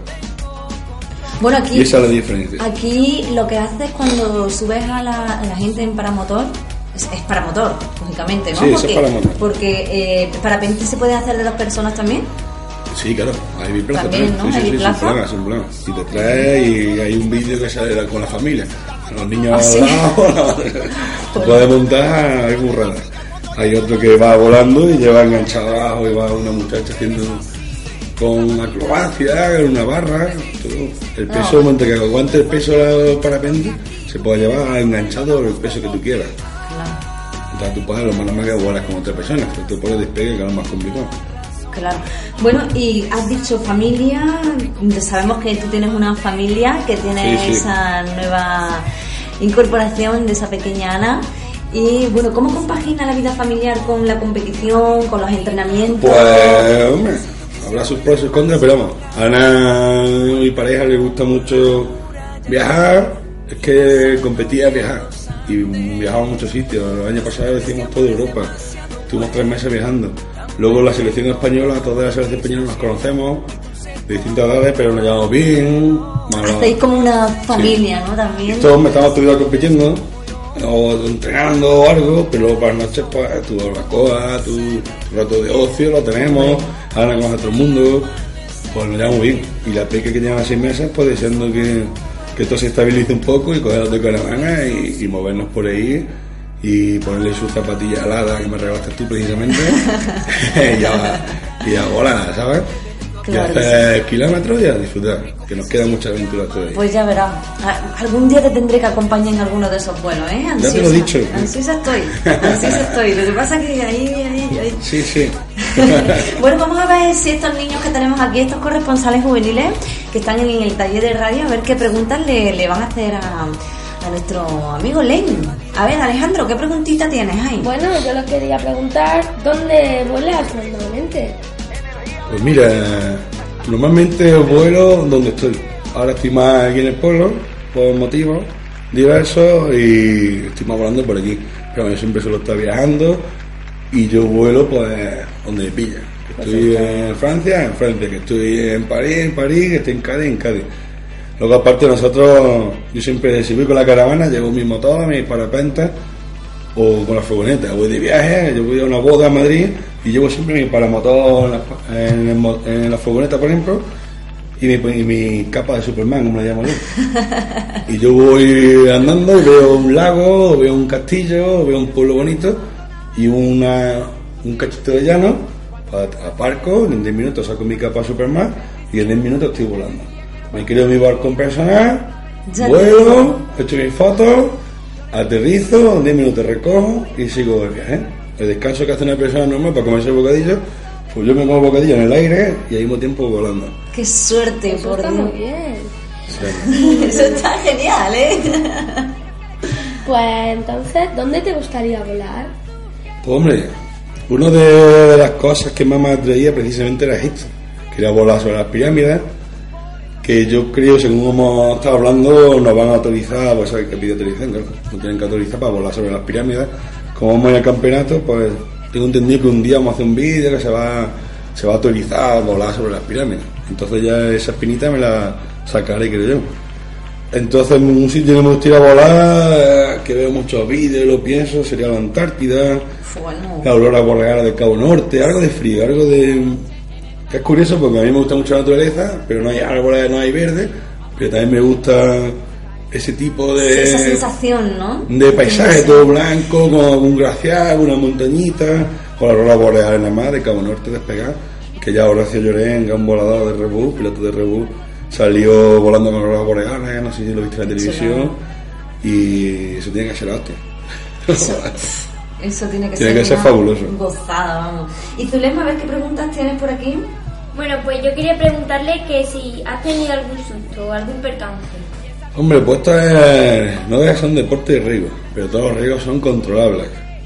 Bueno, aquí, Y esa es la diferencia. aquí lo que haces cuando subes a la, a la gente en paramotor, es, es paramotor, lógicamente, ¿no? Sí, eso porque, es paramotor. Porque eh, parapente se puede hacer de dos personas también. Sí, claro, hay biplaza También, también. ¿no? Sí, Hay sí, sí, biplaza. sin problema, sin problema. Y te trae y hay un vídeo que sale con la familia. Los niños ¿Ah, sí? al lado, te puedes montar, hay burradas. Hay otro que va volando y lleva enganchado abajo y va una muchacha haciendo con acrobacia, en una barra, todo. El peso, No. mientras que aguante el peso del parapente, se puede llevar enganchado el peso que tú quieras. Claro. Entonces tú puedes, lo más normal que vuelas con otra persona, pero tú puedes despegue, que es lo más complicado. Claro. Bueno, y has dicho familia, sabemos que tú tienes una familia, que tienes Sí, sí. esa nueva incorporación de esa pequeña Ana. Y bueno, ¿cómo compagina la vida familiar con la competición, con los entrenamientos? Pues, hombre, habrá sus pros y sus contras, pero vamos, a Ana, mi pareja, le gusta mucho viajar, es que competía viajar, y viajaba a muchos sitios. El año pasado hicimos toda Europa, estuvimos tres meses viajando. Luego la selección española, toda la selección española nos conocemos, de distintas edades, pero nos llevamos bien. Malo. Hacéis como una familia, ¿no? También. Todos me estamos todo el día compitiendo, o entrenando o algo, pero luego para las noches, pues, tu barbacoa, tu, tu rato de ocio lo tenemos, ahora conoce a todo el mundo, pues nos llevamos bien. Y la peque que lleva seis meses, pues deseando que, que todo se estabilice un poco y coger de caravana y, y movernos por ahí y ponerle sus zapatillas aladas que me regalaste tú precisamente y a, y a volar, ¿sabes? Claro y a hacer kilómetros y a disfrutar, que nos queda mucha aventura todavía. Pues ya verás. A- Algún día te tendré que acompañar en alguno de esos vuelos, ¿eh? Ya te lo he dicho. Ansiosa estoy. Ansiosa estoy. Lo que pasa es que ahí, ahí, ahí. Sí, sí. Bueno, vamos a ver si estos niños que tenemos aquí, estos corresponsales juveniles que están en el taller de radio, a ver qué preguntas le, le van a hacer a, a nuestro amigo Len. A ver, Alejandro, ¿qué preguntita tienes ahí? Bueno, yo les quería preguntar, ¿dónde vuelas normalmente? Pues mira, normalmente vuelo donde estoy. Ahora estoy más aquí en el pueblo, por motivos diversos, y estoy más volando por aquí. Pero yo siempre suelo estar viajando y yo vuelo pues donde me pilla. Que estoy en Francia, en Francia, que estoy en París, en París, que estoy en Cádiz, en Cádiz. Luego aparte nosotros, yo siempre, si voy con la caravana, llevo mi motor, mis parapentes, o con la furgoneta, voy de viaje, yo voy a una boda a Madrid, y llevo siempre mi paramotor en la, en, el mo- en la furgoneta, por ejemplo, y mi, y mi capa de Superman, como la llamo yo. Y yo voy andando y veo un lago, veo un castillo, veo un pueblo bonito y una, un cachito de llano, aparco, en diez minutos saco mi capa de Superman y en diez minutos estoy volando. Me creo mi balcón personal, Ya vuelo, he hecho mis fotos, aterrizo, en diez minutos recojo y sigo el viaje. El descanso que hace una persona normal para comerse el bocadillo, pues yo me como el bocadillo en el aire y al mismo tiempo volando. ¡Qué suerte, Eso por está Dios! muy bien. Sí. Eso está genial, ¿eh? Pues entonces, ¿dónde te gustaría volar? Pues hombre, una de las cosas que más me atraía precisamente era Egipto. Quería volar sobre las pirámides, que yo creo, según hemos estado hablando, nos van a autorizar, pues sabes que pide autorización, claro, nos tienen que autorizar para volar sobre las pirámides. Como vamos a ir al campeonato, pues tengo entendido que un día vamos a hacer un vídeo que se va, se va a autorizar a volar sobre las pirámides. Entonces ya esa espinita me la sacaré, creo yo. Entonces, un sitio que me gustaría volar, que veo muchos vídeos, lo pienso, sería la Antártida, Bueno, la aurora boreal del Cabo Norte, algo de frío, algo de... Que es curioso porque a mí me gusta mucho la naturaleza, pero no hay árboles, no hay verde, pero también me gusta ese tipo de... esa sensación, ¿no? de paisaje todo blanco, con un glaciar, una montañita, con la aurora boreal en la mar de Cabo Norte despegada, que ya Horacio Llorén, un volador de Rebus, piloto de Rebus, salió volando con auroras boreales, no sé si lo viste en la televisión, y eso tiene que ser la hostia. Eso, eso tiene que Tiene ser, que ser una fabuloso. gozada, vamos. Y Zulema, a ver qué preguntas tienes por aquí. Bueno, pues yo quería preguntarle que si has tenido algún susto o algún percance. Hombre, pues esto es, no deja de ser un deporte de riesgo, pero todos los riesgos son controlables.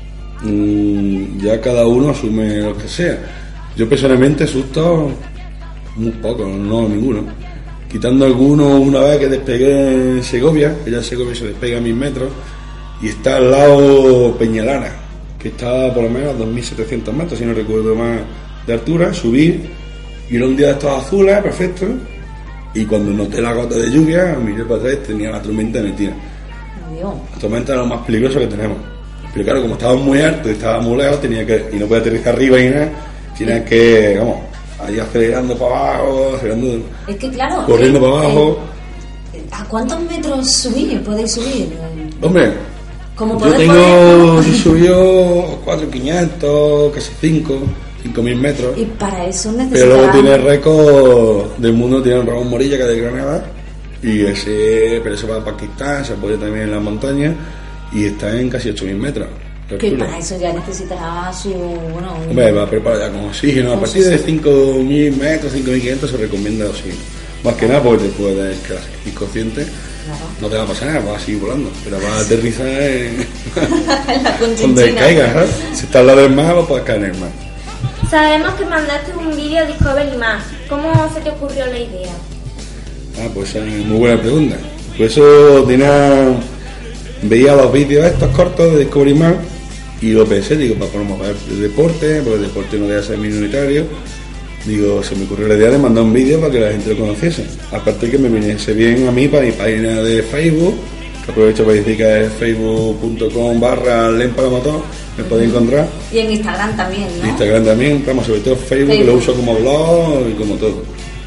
Mm, ya cada uno asume lo que sea. Yo personalmente susto muy poco, no ninguno. Quitando alguno una vez que despegué en Segovia, que ya en Segovia se despega a mil metros, y está al lado Peñalana, que está por lo menos a dos mil setecientos metros, si no recuerdo más, de altura. Subí y era un día de estos azules, perfecto, y cuando noté la gota de lluvia, miré para atrás, tenía la tormenta metida. Adiós. La tormenta era lo más peligroso que tenemos. Pero claro, como estaba muy alto y estaba muy lejos, tenía que, y no podía aterrizar arriba y nada, tenía que, vamos, ahí acelerando para abajo, acelerando, Es que claro, corriendo eh, para abajo. eh, ¿a cuántos metros subir? ¿Podéis subir? Hombre, Como yo poder tengo, poner- yo subió cuatro mil quinientos, casi cinco, cinco mil metros. Y para eso Pero necesitas... luego tiene el récord del mundo, tiene un Ramón Morilla, que es de Granada, y ese, pero eso va a Pakistán, se apoya también en las montañas, y está en casi ocho mil metros. de Que altura. para eso ya necesitas su... Bueno, un- Hombre, va preparado ya con oxígeno. A Con partir de oxígeno. cinco mil metros, cinco mil quinientos se recomienda oxígeno. Más que nada porque te puedes quedar inconsciente, Claro. no te va a pasar nada, vas a seguir volando, pero vas a aterrizar en en la donde Conchinchina. caigas, ¿sabes? Si estás al lado del mar, pues puedes caer en el mar. Sabemos que mandaste un vídeo a Discovery Más. ¿Cómo se te ocurrió la idea? Ah, pues esa es muy buena pregunta. Por eso tenía, veía los vídeos estos cortos de Discovery Más y lo pensé, digo, para promover el deporte, porque el deporte no debe ser minoritario. Digo, se me ocurrió la idea de mandar un vídeo para que la gente lo conociese. Aparte que me viniese bien a mí para mi página de Facebook, que aprovecho para decir que es facebook punto com barra lemparamotor, me podéis encontrar. Y en Instagram también, ¿no? Instagram también, vamos, sobre todo Facebook, Facebook. que lo uso como blog y como todo.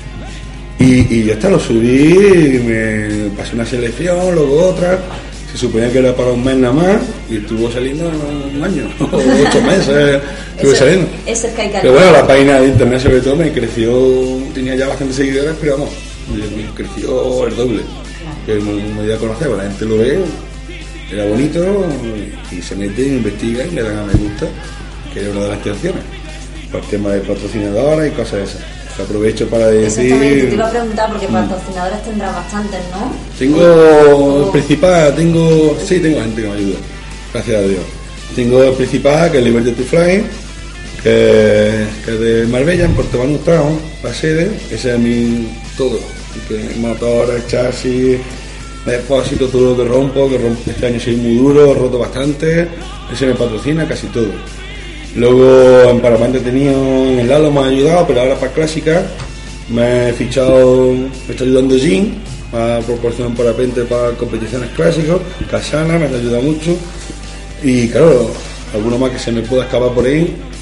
Y, y ya está, lo subí, me pasé una selección, luego otra. Se suponía que era para un mes nada más y estuvo saliendo un año, o ocho meses estuve Eso- saliendo. eso es que hay que Pero bueno, la página de internet sobre todo me creció, tenía ya bastantes seguidores, pero vamos, me creció el doble. Que me, me dio a conocer, la gente lo ve, era bonito y se mete, investiga y le dan a me gusta, que era una de las intenciones. Por tema de patrocinadores y cosas de esas. Aprovecho para Exactamente, te decir... iba a preguntar porque patrocinadores tendrás bastantes, ¿no? Tengo el principal, tengo... Sí, tengo gente que me ayuda, gracias a Dios. Tengo el principal, que es Liberty to Fly, que, que es de Marbella, en Puerto Banús, la sede. Ese es mi todo. Que motor, chasis, depósito, todo lo que rompo, que rompo este año soy muy duro, he roto bastante. Ese me patrocina casi todo. Luego en Parapente tenía en el Lalo me ha ayudado, pero ahora para clásica me he fichado, me está ayudando Jim a proporcionar parapente para competiciones clásicas. Casana me ha ayudado mucho y claro, alguno más que se me pueda escapar por ahí,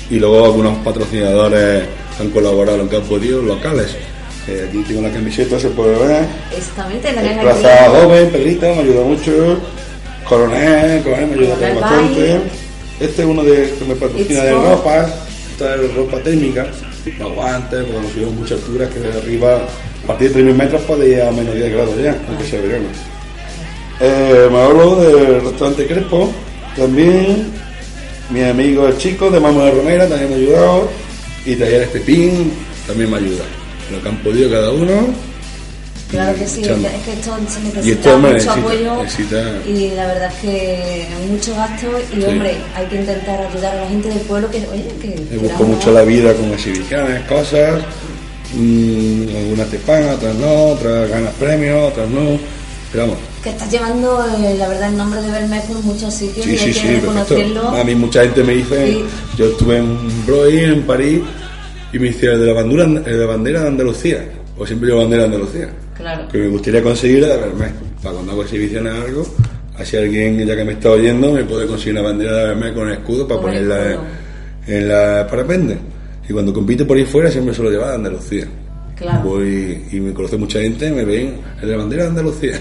y luego algunos patrocinadores que han colaborado en Campo Dios, locales. Eh, aquí tengo la camiseta, se puede ver. Exactamente, tenés Plaza aquí. Joven, Pedrito, me ayuda mucho. Coronel, Coronel me ayuda Coronel bastante. Bay. Este es uno de que me patrocina de It's ropa. Esta es ropa técnica. Los guantes, porque nos subimos mucha altura, que de arriba, a partir de tres mil metros puede ir a menos diez grados ya, aunque sea verano. Eh, me hablo del restaurante Crespo, también. Mi amigo el chico de Mamo de Romera también me ha ayudado. Y Talleres Pepín también me ayuda. En el campo dio cada uno. Claro que sí, es echando. que esto se Y necesita esto, hombre, mucho necesita- apoyo necesita- y la verdad es que mucho gasto y Sí. hombre, hay que intentar ayudar a la gente del pueblo que, oye, que... Me quieras busco o no, mucho la vida con exhibiciones, cosas. mmm, algunas te pagan, otras no, otras ganas premios, otras no. Pero vamos, que estás llevando, eh, la verdad, el nombre de Belmez por muchos sitios sí, y sí, hay sí, que perfecto. reconocerlo. A mí mucha gente me dice, Sí. yo estuve en Brooklyn, en París, y me dice, el de la bandera, el de la bandera de Andalucía, o siempre llevo bandera de Andalucía. Claro. Que me gustaría conseguir la de Belmez, para cuando hago exhibiciones o algo, así alguien ya que me está oyendo me puede conseguir una bandera de Belmez con el escudo para Con el ponerla escudo. en la parapente. Y cuando compito por ahí fuera siempre suelo llevar a Andalucía. Claro. Voy y me conoce mucha gente, me ven, el de la bandera de Andalucía.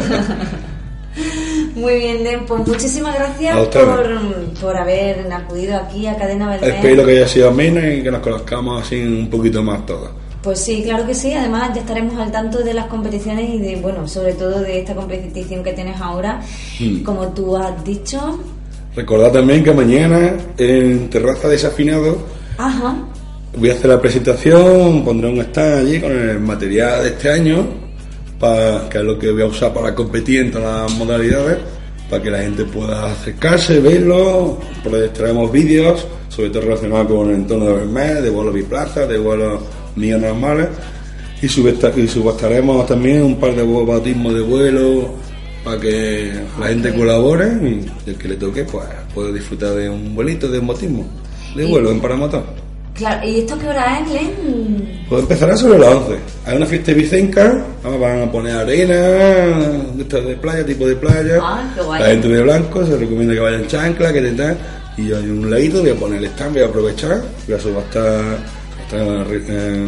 Muy bien, Den, pues muchísimas gracias A ustedes. por, por haber acudido aquí a Cadena Belmez. Espero que haya sido ameno y que nos conozcamos así un poquito más todos. Pues sí, claro que sí. Además, ya estaremos al tanto de las competiciones y de, bueno, sobre todo de esta competición que tienes ahora. Mm. Como tú has dicho. Recordad también que mañana en Terraza Desafinado Ajá. voy a hacer la presentación, pondré un stand allí con el material de este año, para, que es lo que voy a usar para competir en todas las modalidades, para que la gente pueda acercarse, verlo, traemos vídeos, sobre todo relacionados con el entorno de Belmez, de vuelos biplaza, de vuelos míos normales, y, subesta- y subastaremos también un par de bautismos de vuelo, para que la gente colabore y el que le toque pues pueda disfrutar de un vuelito, de un bautismo, de Y- vuelo en paramotor. Claro, ¿y esto qué hora es, Len? Pues empezará sobre las once. Hay una fiesta vicenca, van a poner arena, de, estas de playa, tipo de playa. Ah, qué guay. La gente de blanco, se recomienda que vayan chancla, que te tal. Y hay un ladito, voy a poner el stand, voy a aprovechar, voy a subastar, hasta, eh,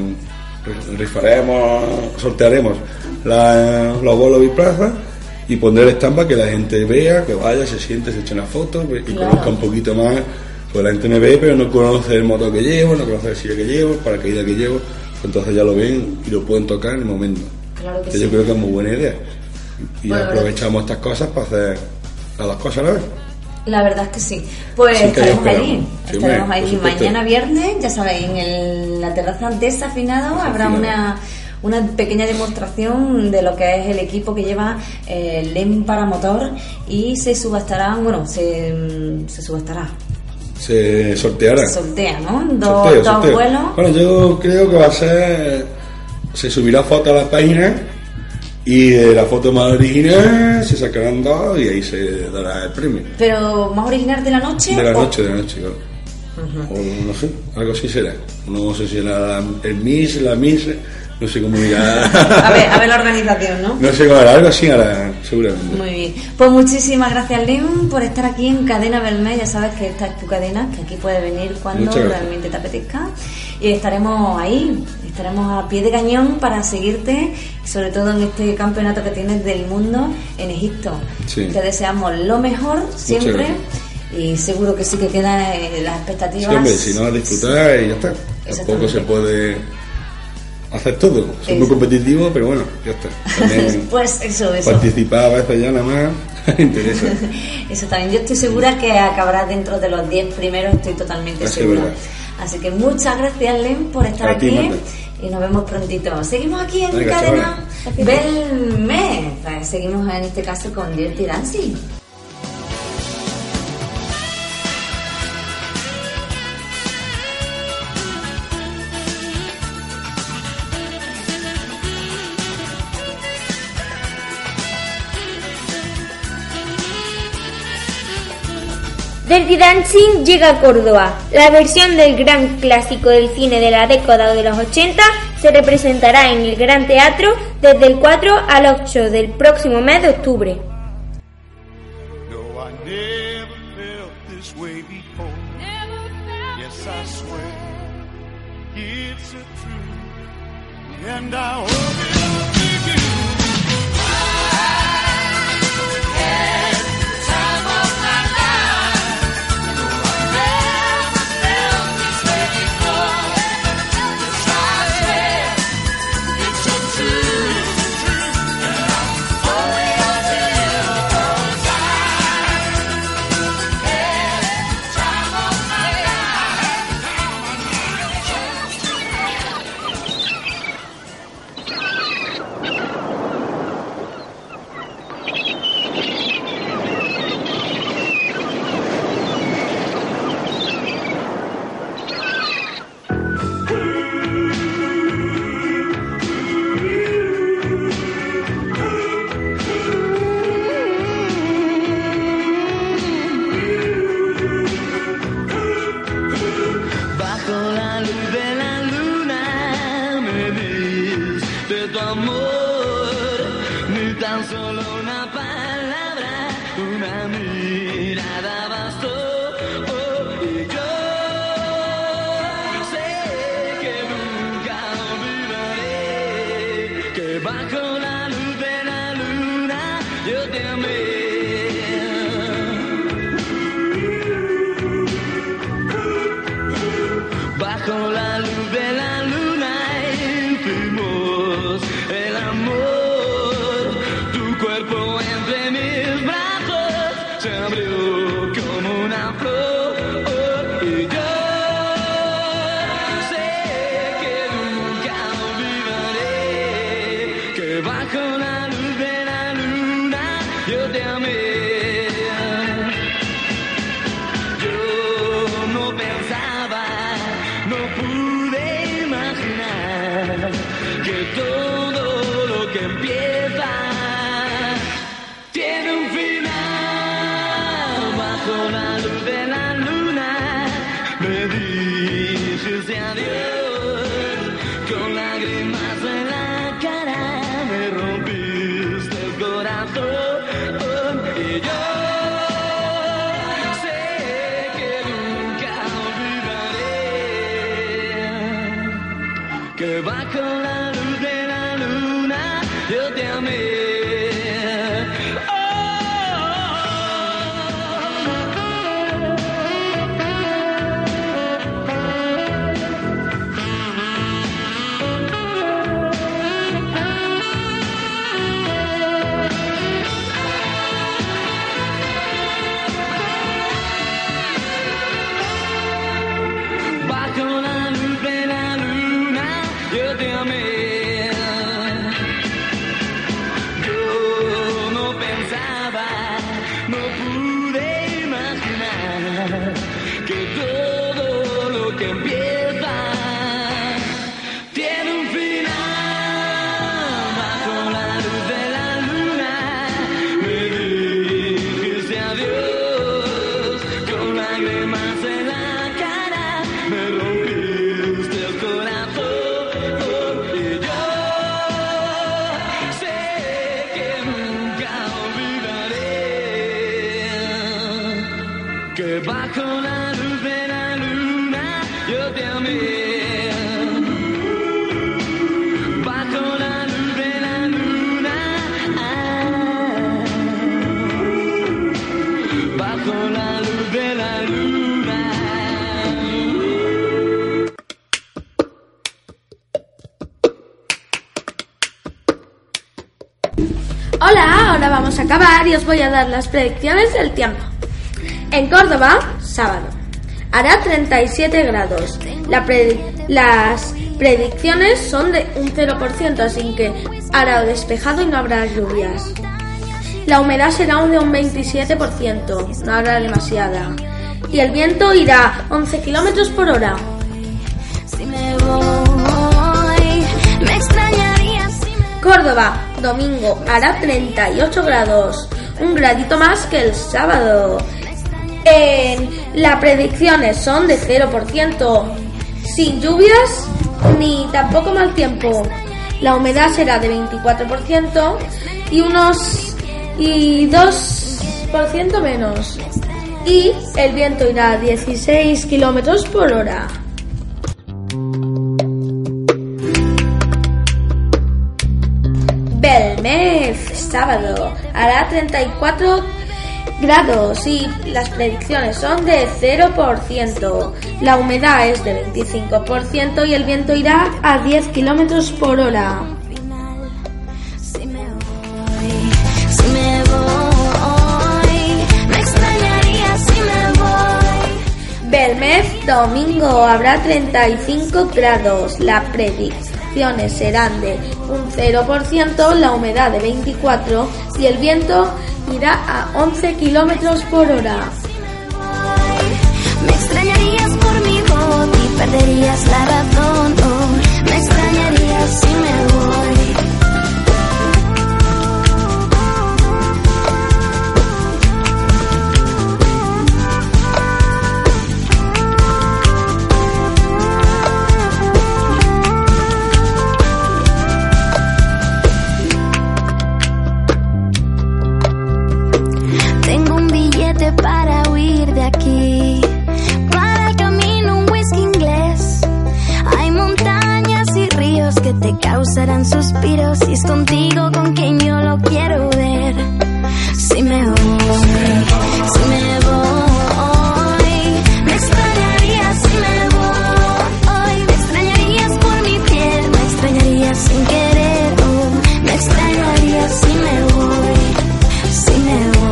rifaremos, sortearemos la, los bolos biplaza y pondré el stand para que la gente vea, que vaya, se siente, se eche una foto y Claro. conozca un poquito más. Pues la gente me ve, pero no conoce el motor que llevo, no conoce el silla que llevo, el paracaídas que llevo, pues entonces ya lo ven y lo pueden tocar en el momento. Claro que Entonces sí. yo creo que es muy buena idea. Y Bueno, aprovechamos estas cosas para hacer las dos cosas a la vez. La verdad es que sí. Pues Sí, que ahí estaremos allí. esperamos. Sí, Estaremos hombre, allí por supuesto. mañana viernes, ya sabéis, en el- la terraza Desafinado habrá Desafinado. una, una pequeña demostración de lo que es el equipo que lleva eh, el Lem para motor y se subastarán, bueno, se, mm, se subastará, Se sorteará. se sortea, ¿no? Dos, Sorteo, dos sorteo. vuelos. Bueno, yo creo que va a ser. Se subirá foto a la página y de la foto más original se sacarán dos y ahí se dará el premio. Pero más original de la noche. De la o- noche, de la noche, claro. O no sé, algo así será. No sé si era la- el Miss, la Miss, no sé cómo dirá. A ver, a ver la organización, ¿no? No sé cómo era, algo así hará, seguramente. Muy bien. Pues muchísimas gracias, León, por estar aquí en Cadena Belmez. Ya sabes que esta es tu cadena, que aquí puedes venir cuando Muchas gracias. realmente te apetezca. Y estaremos ahí, estaremos a pie de cañón para seguirte, sobre todo en este campeonato que tienes del mundo en Egipto. Sí. Te deseamos lo mejor siempre. gracias. Y seguro que sí que quedan eh, las expectativas. Sí, hombre, si no, a disfrutar y ya está. Tampoco Exactamente. se puede hacer todo. Soy muy Eso. competitivo, pero bueno, ya está. También Pues eso, eso. participar a veces ya nada más interesa. Eso también. Yo estoy segura que acabarás dentro de los diez primeros, estoy totalmente Así es segura. verdad. Así que muchas gracias, Len, por estar A ti, aquí. Marta. Y nos vemos prontito. Seguimos aquí en Venga, Cadena Belmez. Pues seguimos en este caso con Dirty Dancing. Dirty Dancing llega a Córdoba. La versión del gran clásico del cine de la década de los ochenta se representará en el Gran Teatro desde el cuatro al ocho del próximo mes de octubre. No, I never felt this way before. Yes, I swear it's a truth, and I hope it'll be you. Hola, ahora vamos a acabar y os voy a dar las predicciones del tiempo. En Córdoba, sábado, hará treinta y siete grados. La predi- las predicciones son de un cero por ciento, así que hará despejado y no habrá lluvias. La humedad será de un veintisiete por ciento, no habrá demasiada. Y el viento irá once kilómetros por hora. Si me voy, me extrañaría si me... Córdoba, domingo, hará treinta y ocho grados, un gradito más que el sábado. En las predicciones son de cero por ciento, sin lluvias ni tampoco mal tiempo. La humedad será de veinticuatro por ciento y unos y dos por ciento menos. Y el viento irá a dieciséis kilómetros por hora. sábado hará treinta y cuatro grados y las predicciones son de cero por ciento. La humedad es de veinticinco por ciento y el viento irá a diez kilómetros por hora. Belmez, domingo habrá treinta y cinco grados. Las predicciones serán de un cero por ciento, la humedad de veinticuatro por ciento y el viento irá a once kilómetros por hora. Me extrañarías por mi voz y perderías la razón. Oh, me extrañarías si me voy. Para huir de aquí, para el camino un whisky inglés. Hay montañas y ríos que te causarán suspiros y es contigo con quien yo lo quiero ver. Si me voy, si me voy, me extrañarías si me voy. Me extrañarías por mi piel, me extrañarías sin querer. Oh, me extrañarías si me voy, si me voy.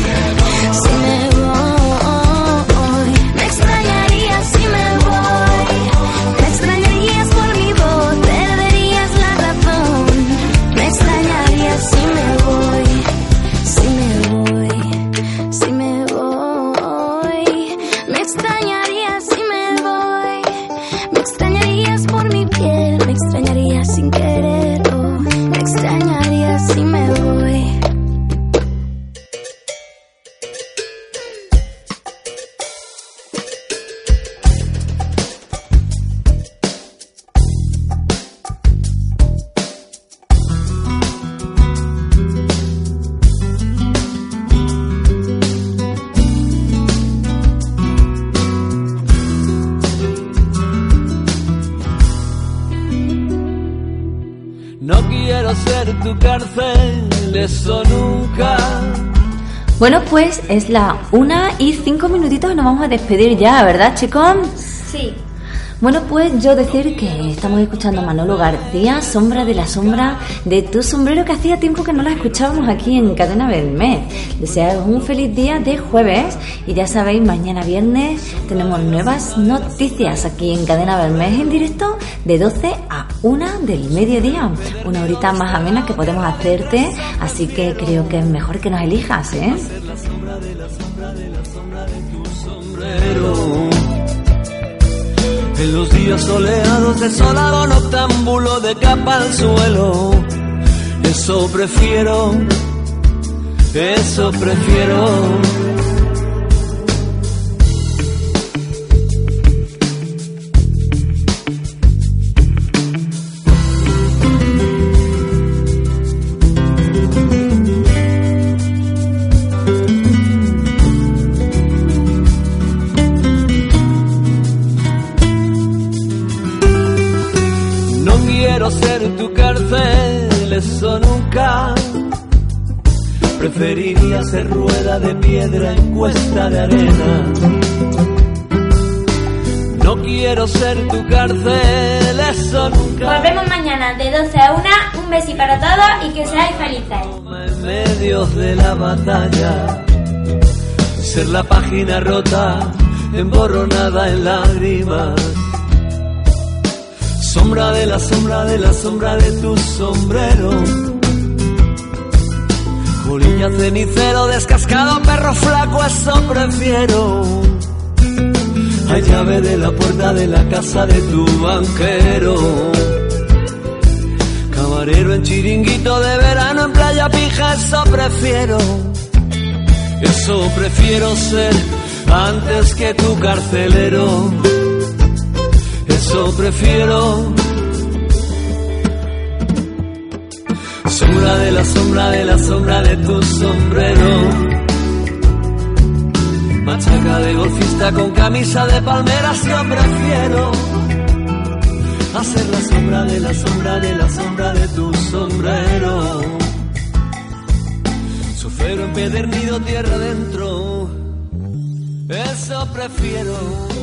Tu cárcel, eso nunca. Bueno, pues es la una y cinco minutitos y nos vamos a despedir ya, ¿verdad, chicos? Sí. Bueno, pues yo decir que estamos escuchando a Manolo García, Sombra de la sombra de tu sombrero, que hacía tiempo que no la escuchábamos aquí en Cadena Belmez. Desearos un feliz día de jueves y ya sabéis, mañana viernes tenemos nuevas noticias aquí en Cadena Belmez en directo de doce a una del mediodía. Una horita más amena que podemos hacerte, así que creo que es mejor que nos elijas, ¿eh? En los días soleados, desolado, noctámbulo de capa al suelo. Eso prefiero, eso prefiero. Ser tu cárcel, eso nunca. Preferiría ser rueda de piedra en cuesta de arena. No quiero ser tu cárcel, eso nunca. Volvemos mañana de doce a una. Un beso para todos y que seáis felices. En medio de la batalla, ser la página rota, emborronada en lágrimas. Sombra de la sombra de la sombra de tu sombrero. Colilla cenicero, descascado, perro flaco, eso prefiero. A llave de la puerta de la casa de tu banquero. Camarero en chiringuito de verano, en playa pija, eso prefiero. Eso prefiero ser antes que tu carcelero. Eso prefiero. Sombra de la sombra de la sombra de tu sombrero. Machaca de golfista con camisa de palmeras, yo prefiero hacer la sombra de la sombra de la sombra de tu sombrero. Pedernido tierra adentro, eso prefiero.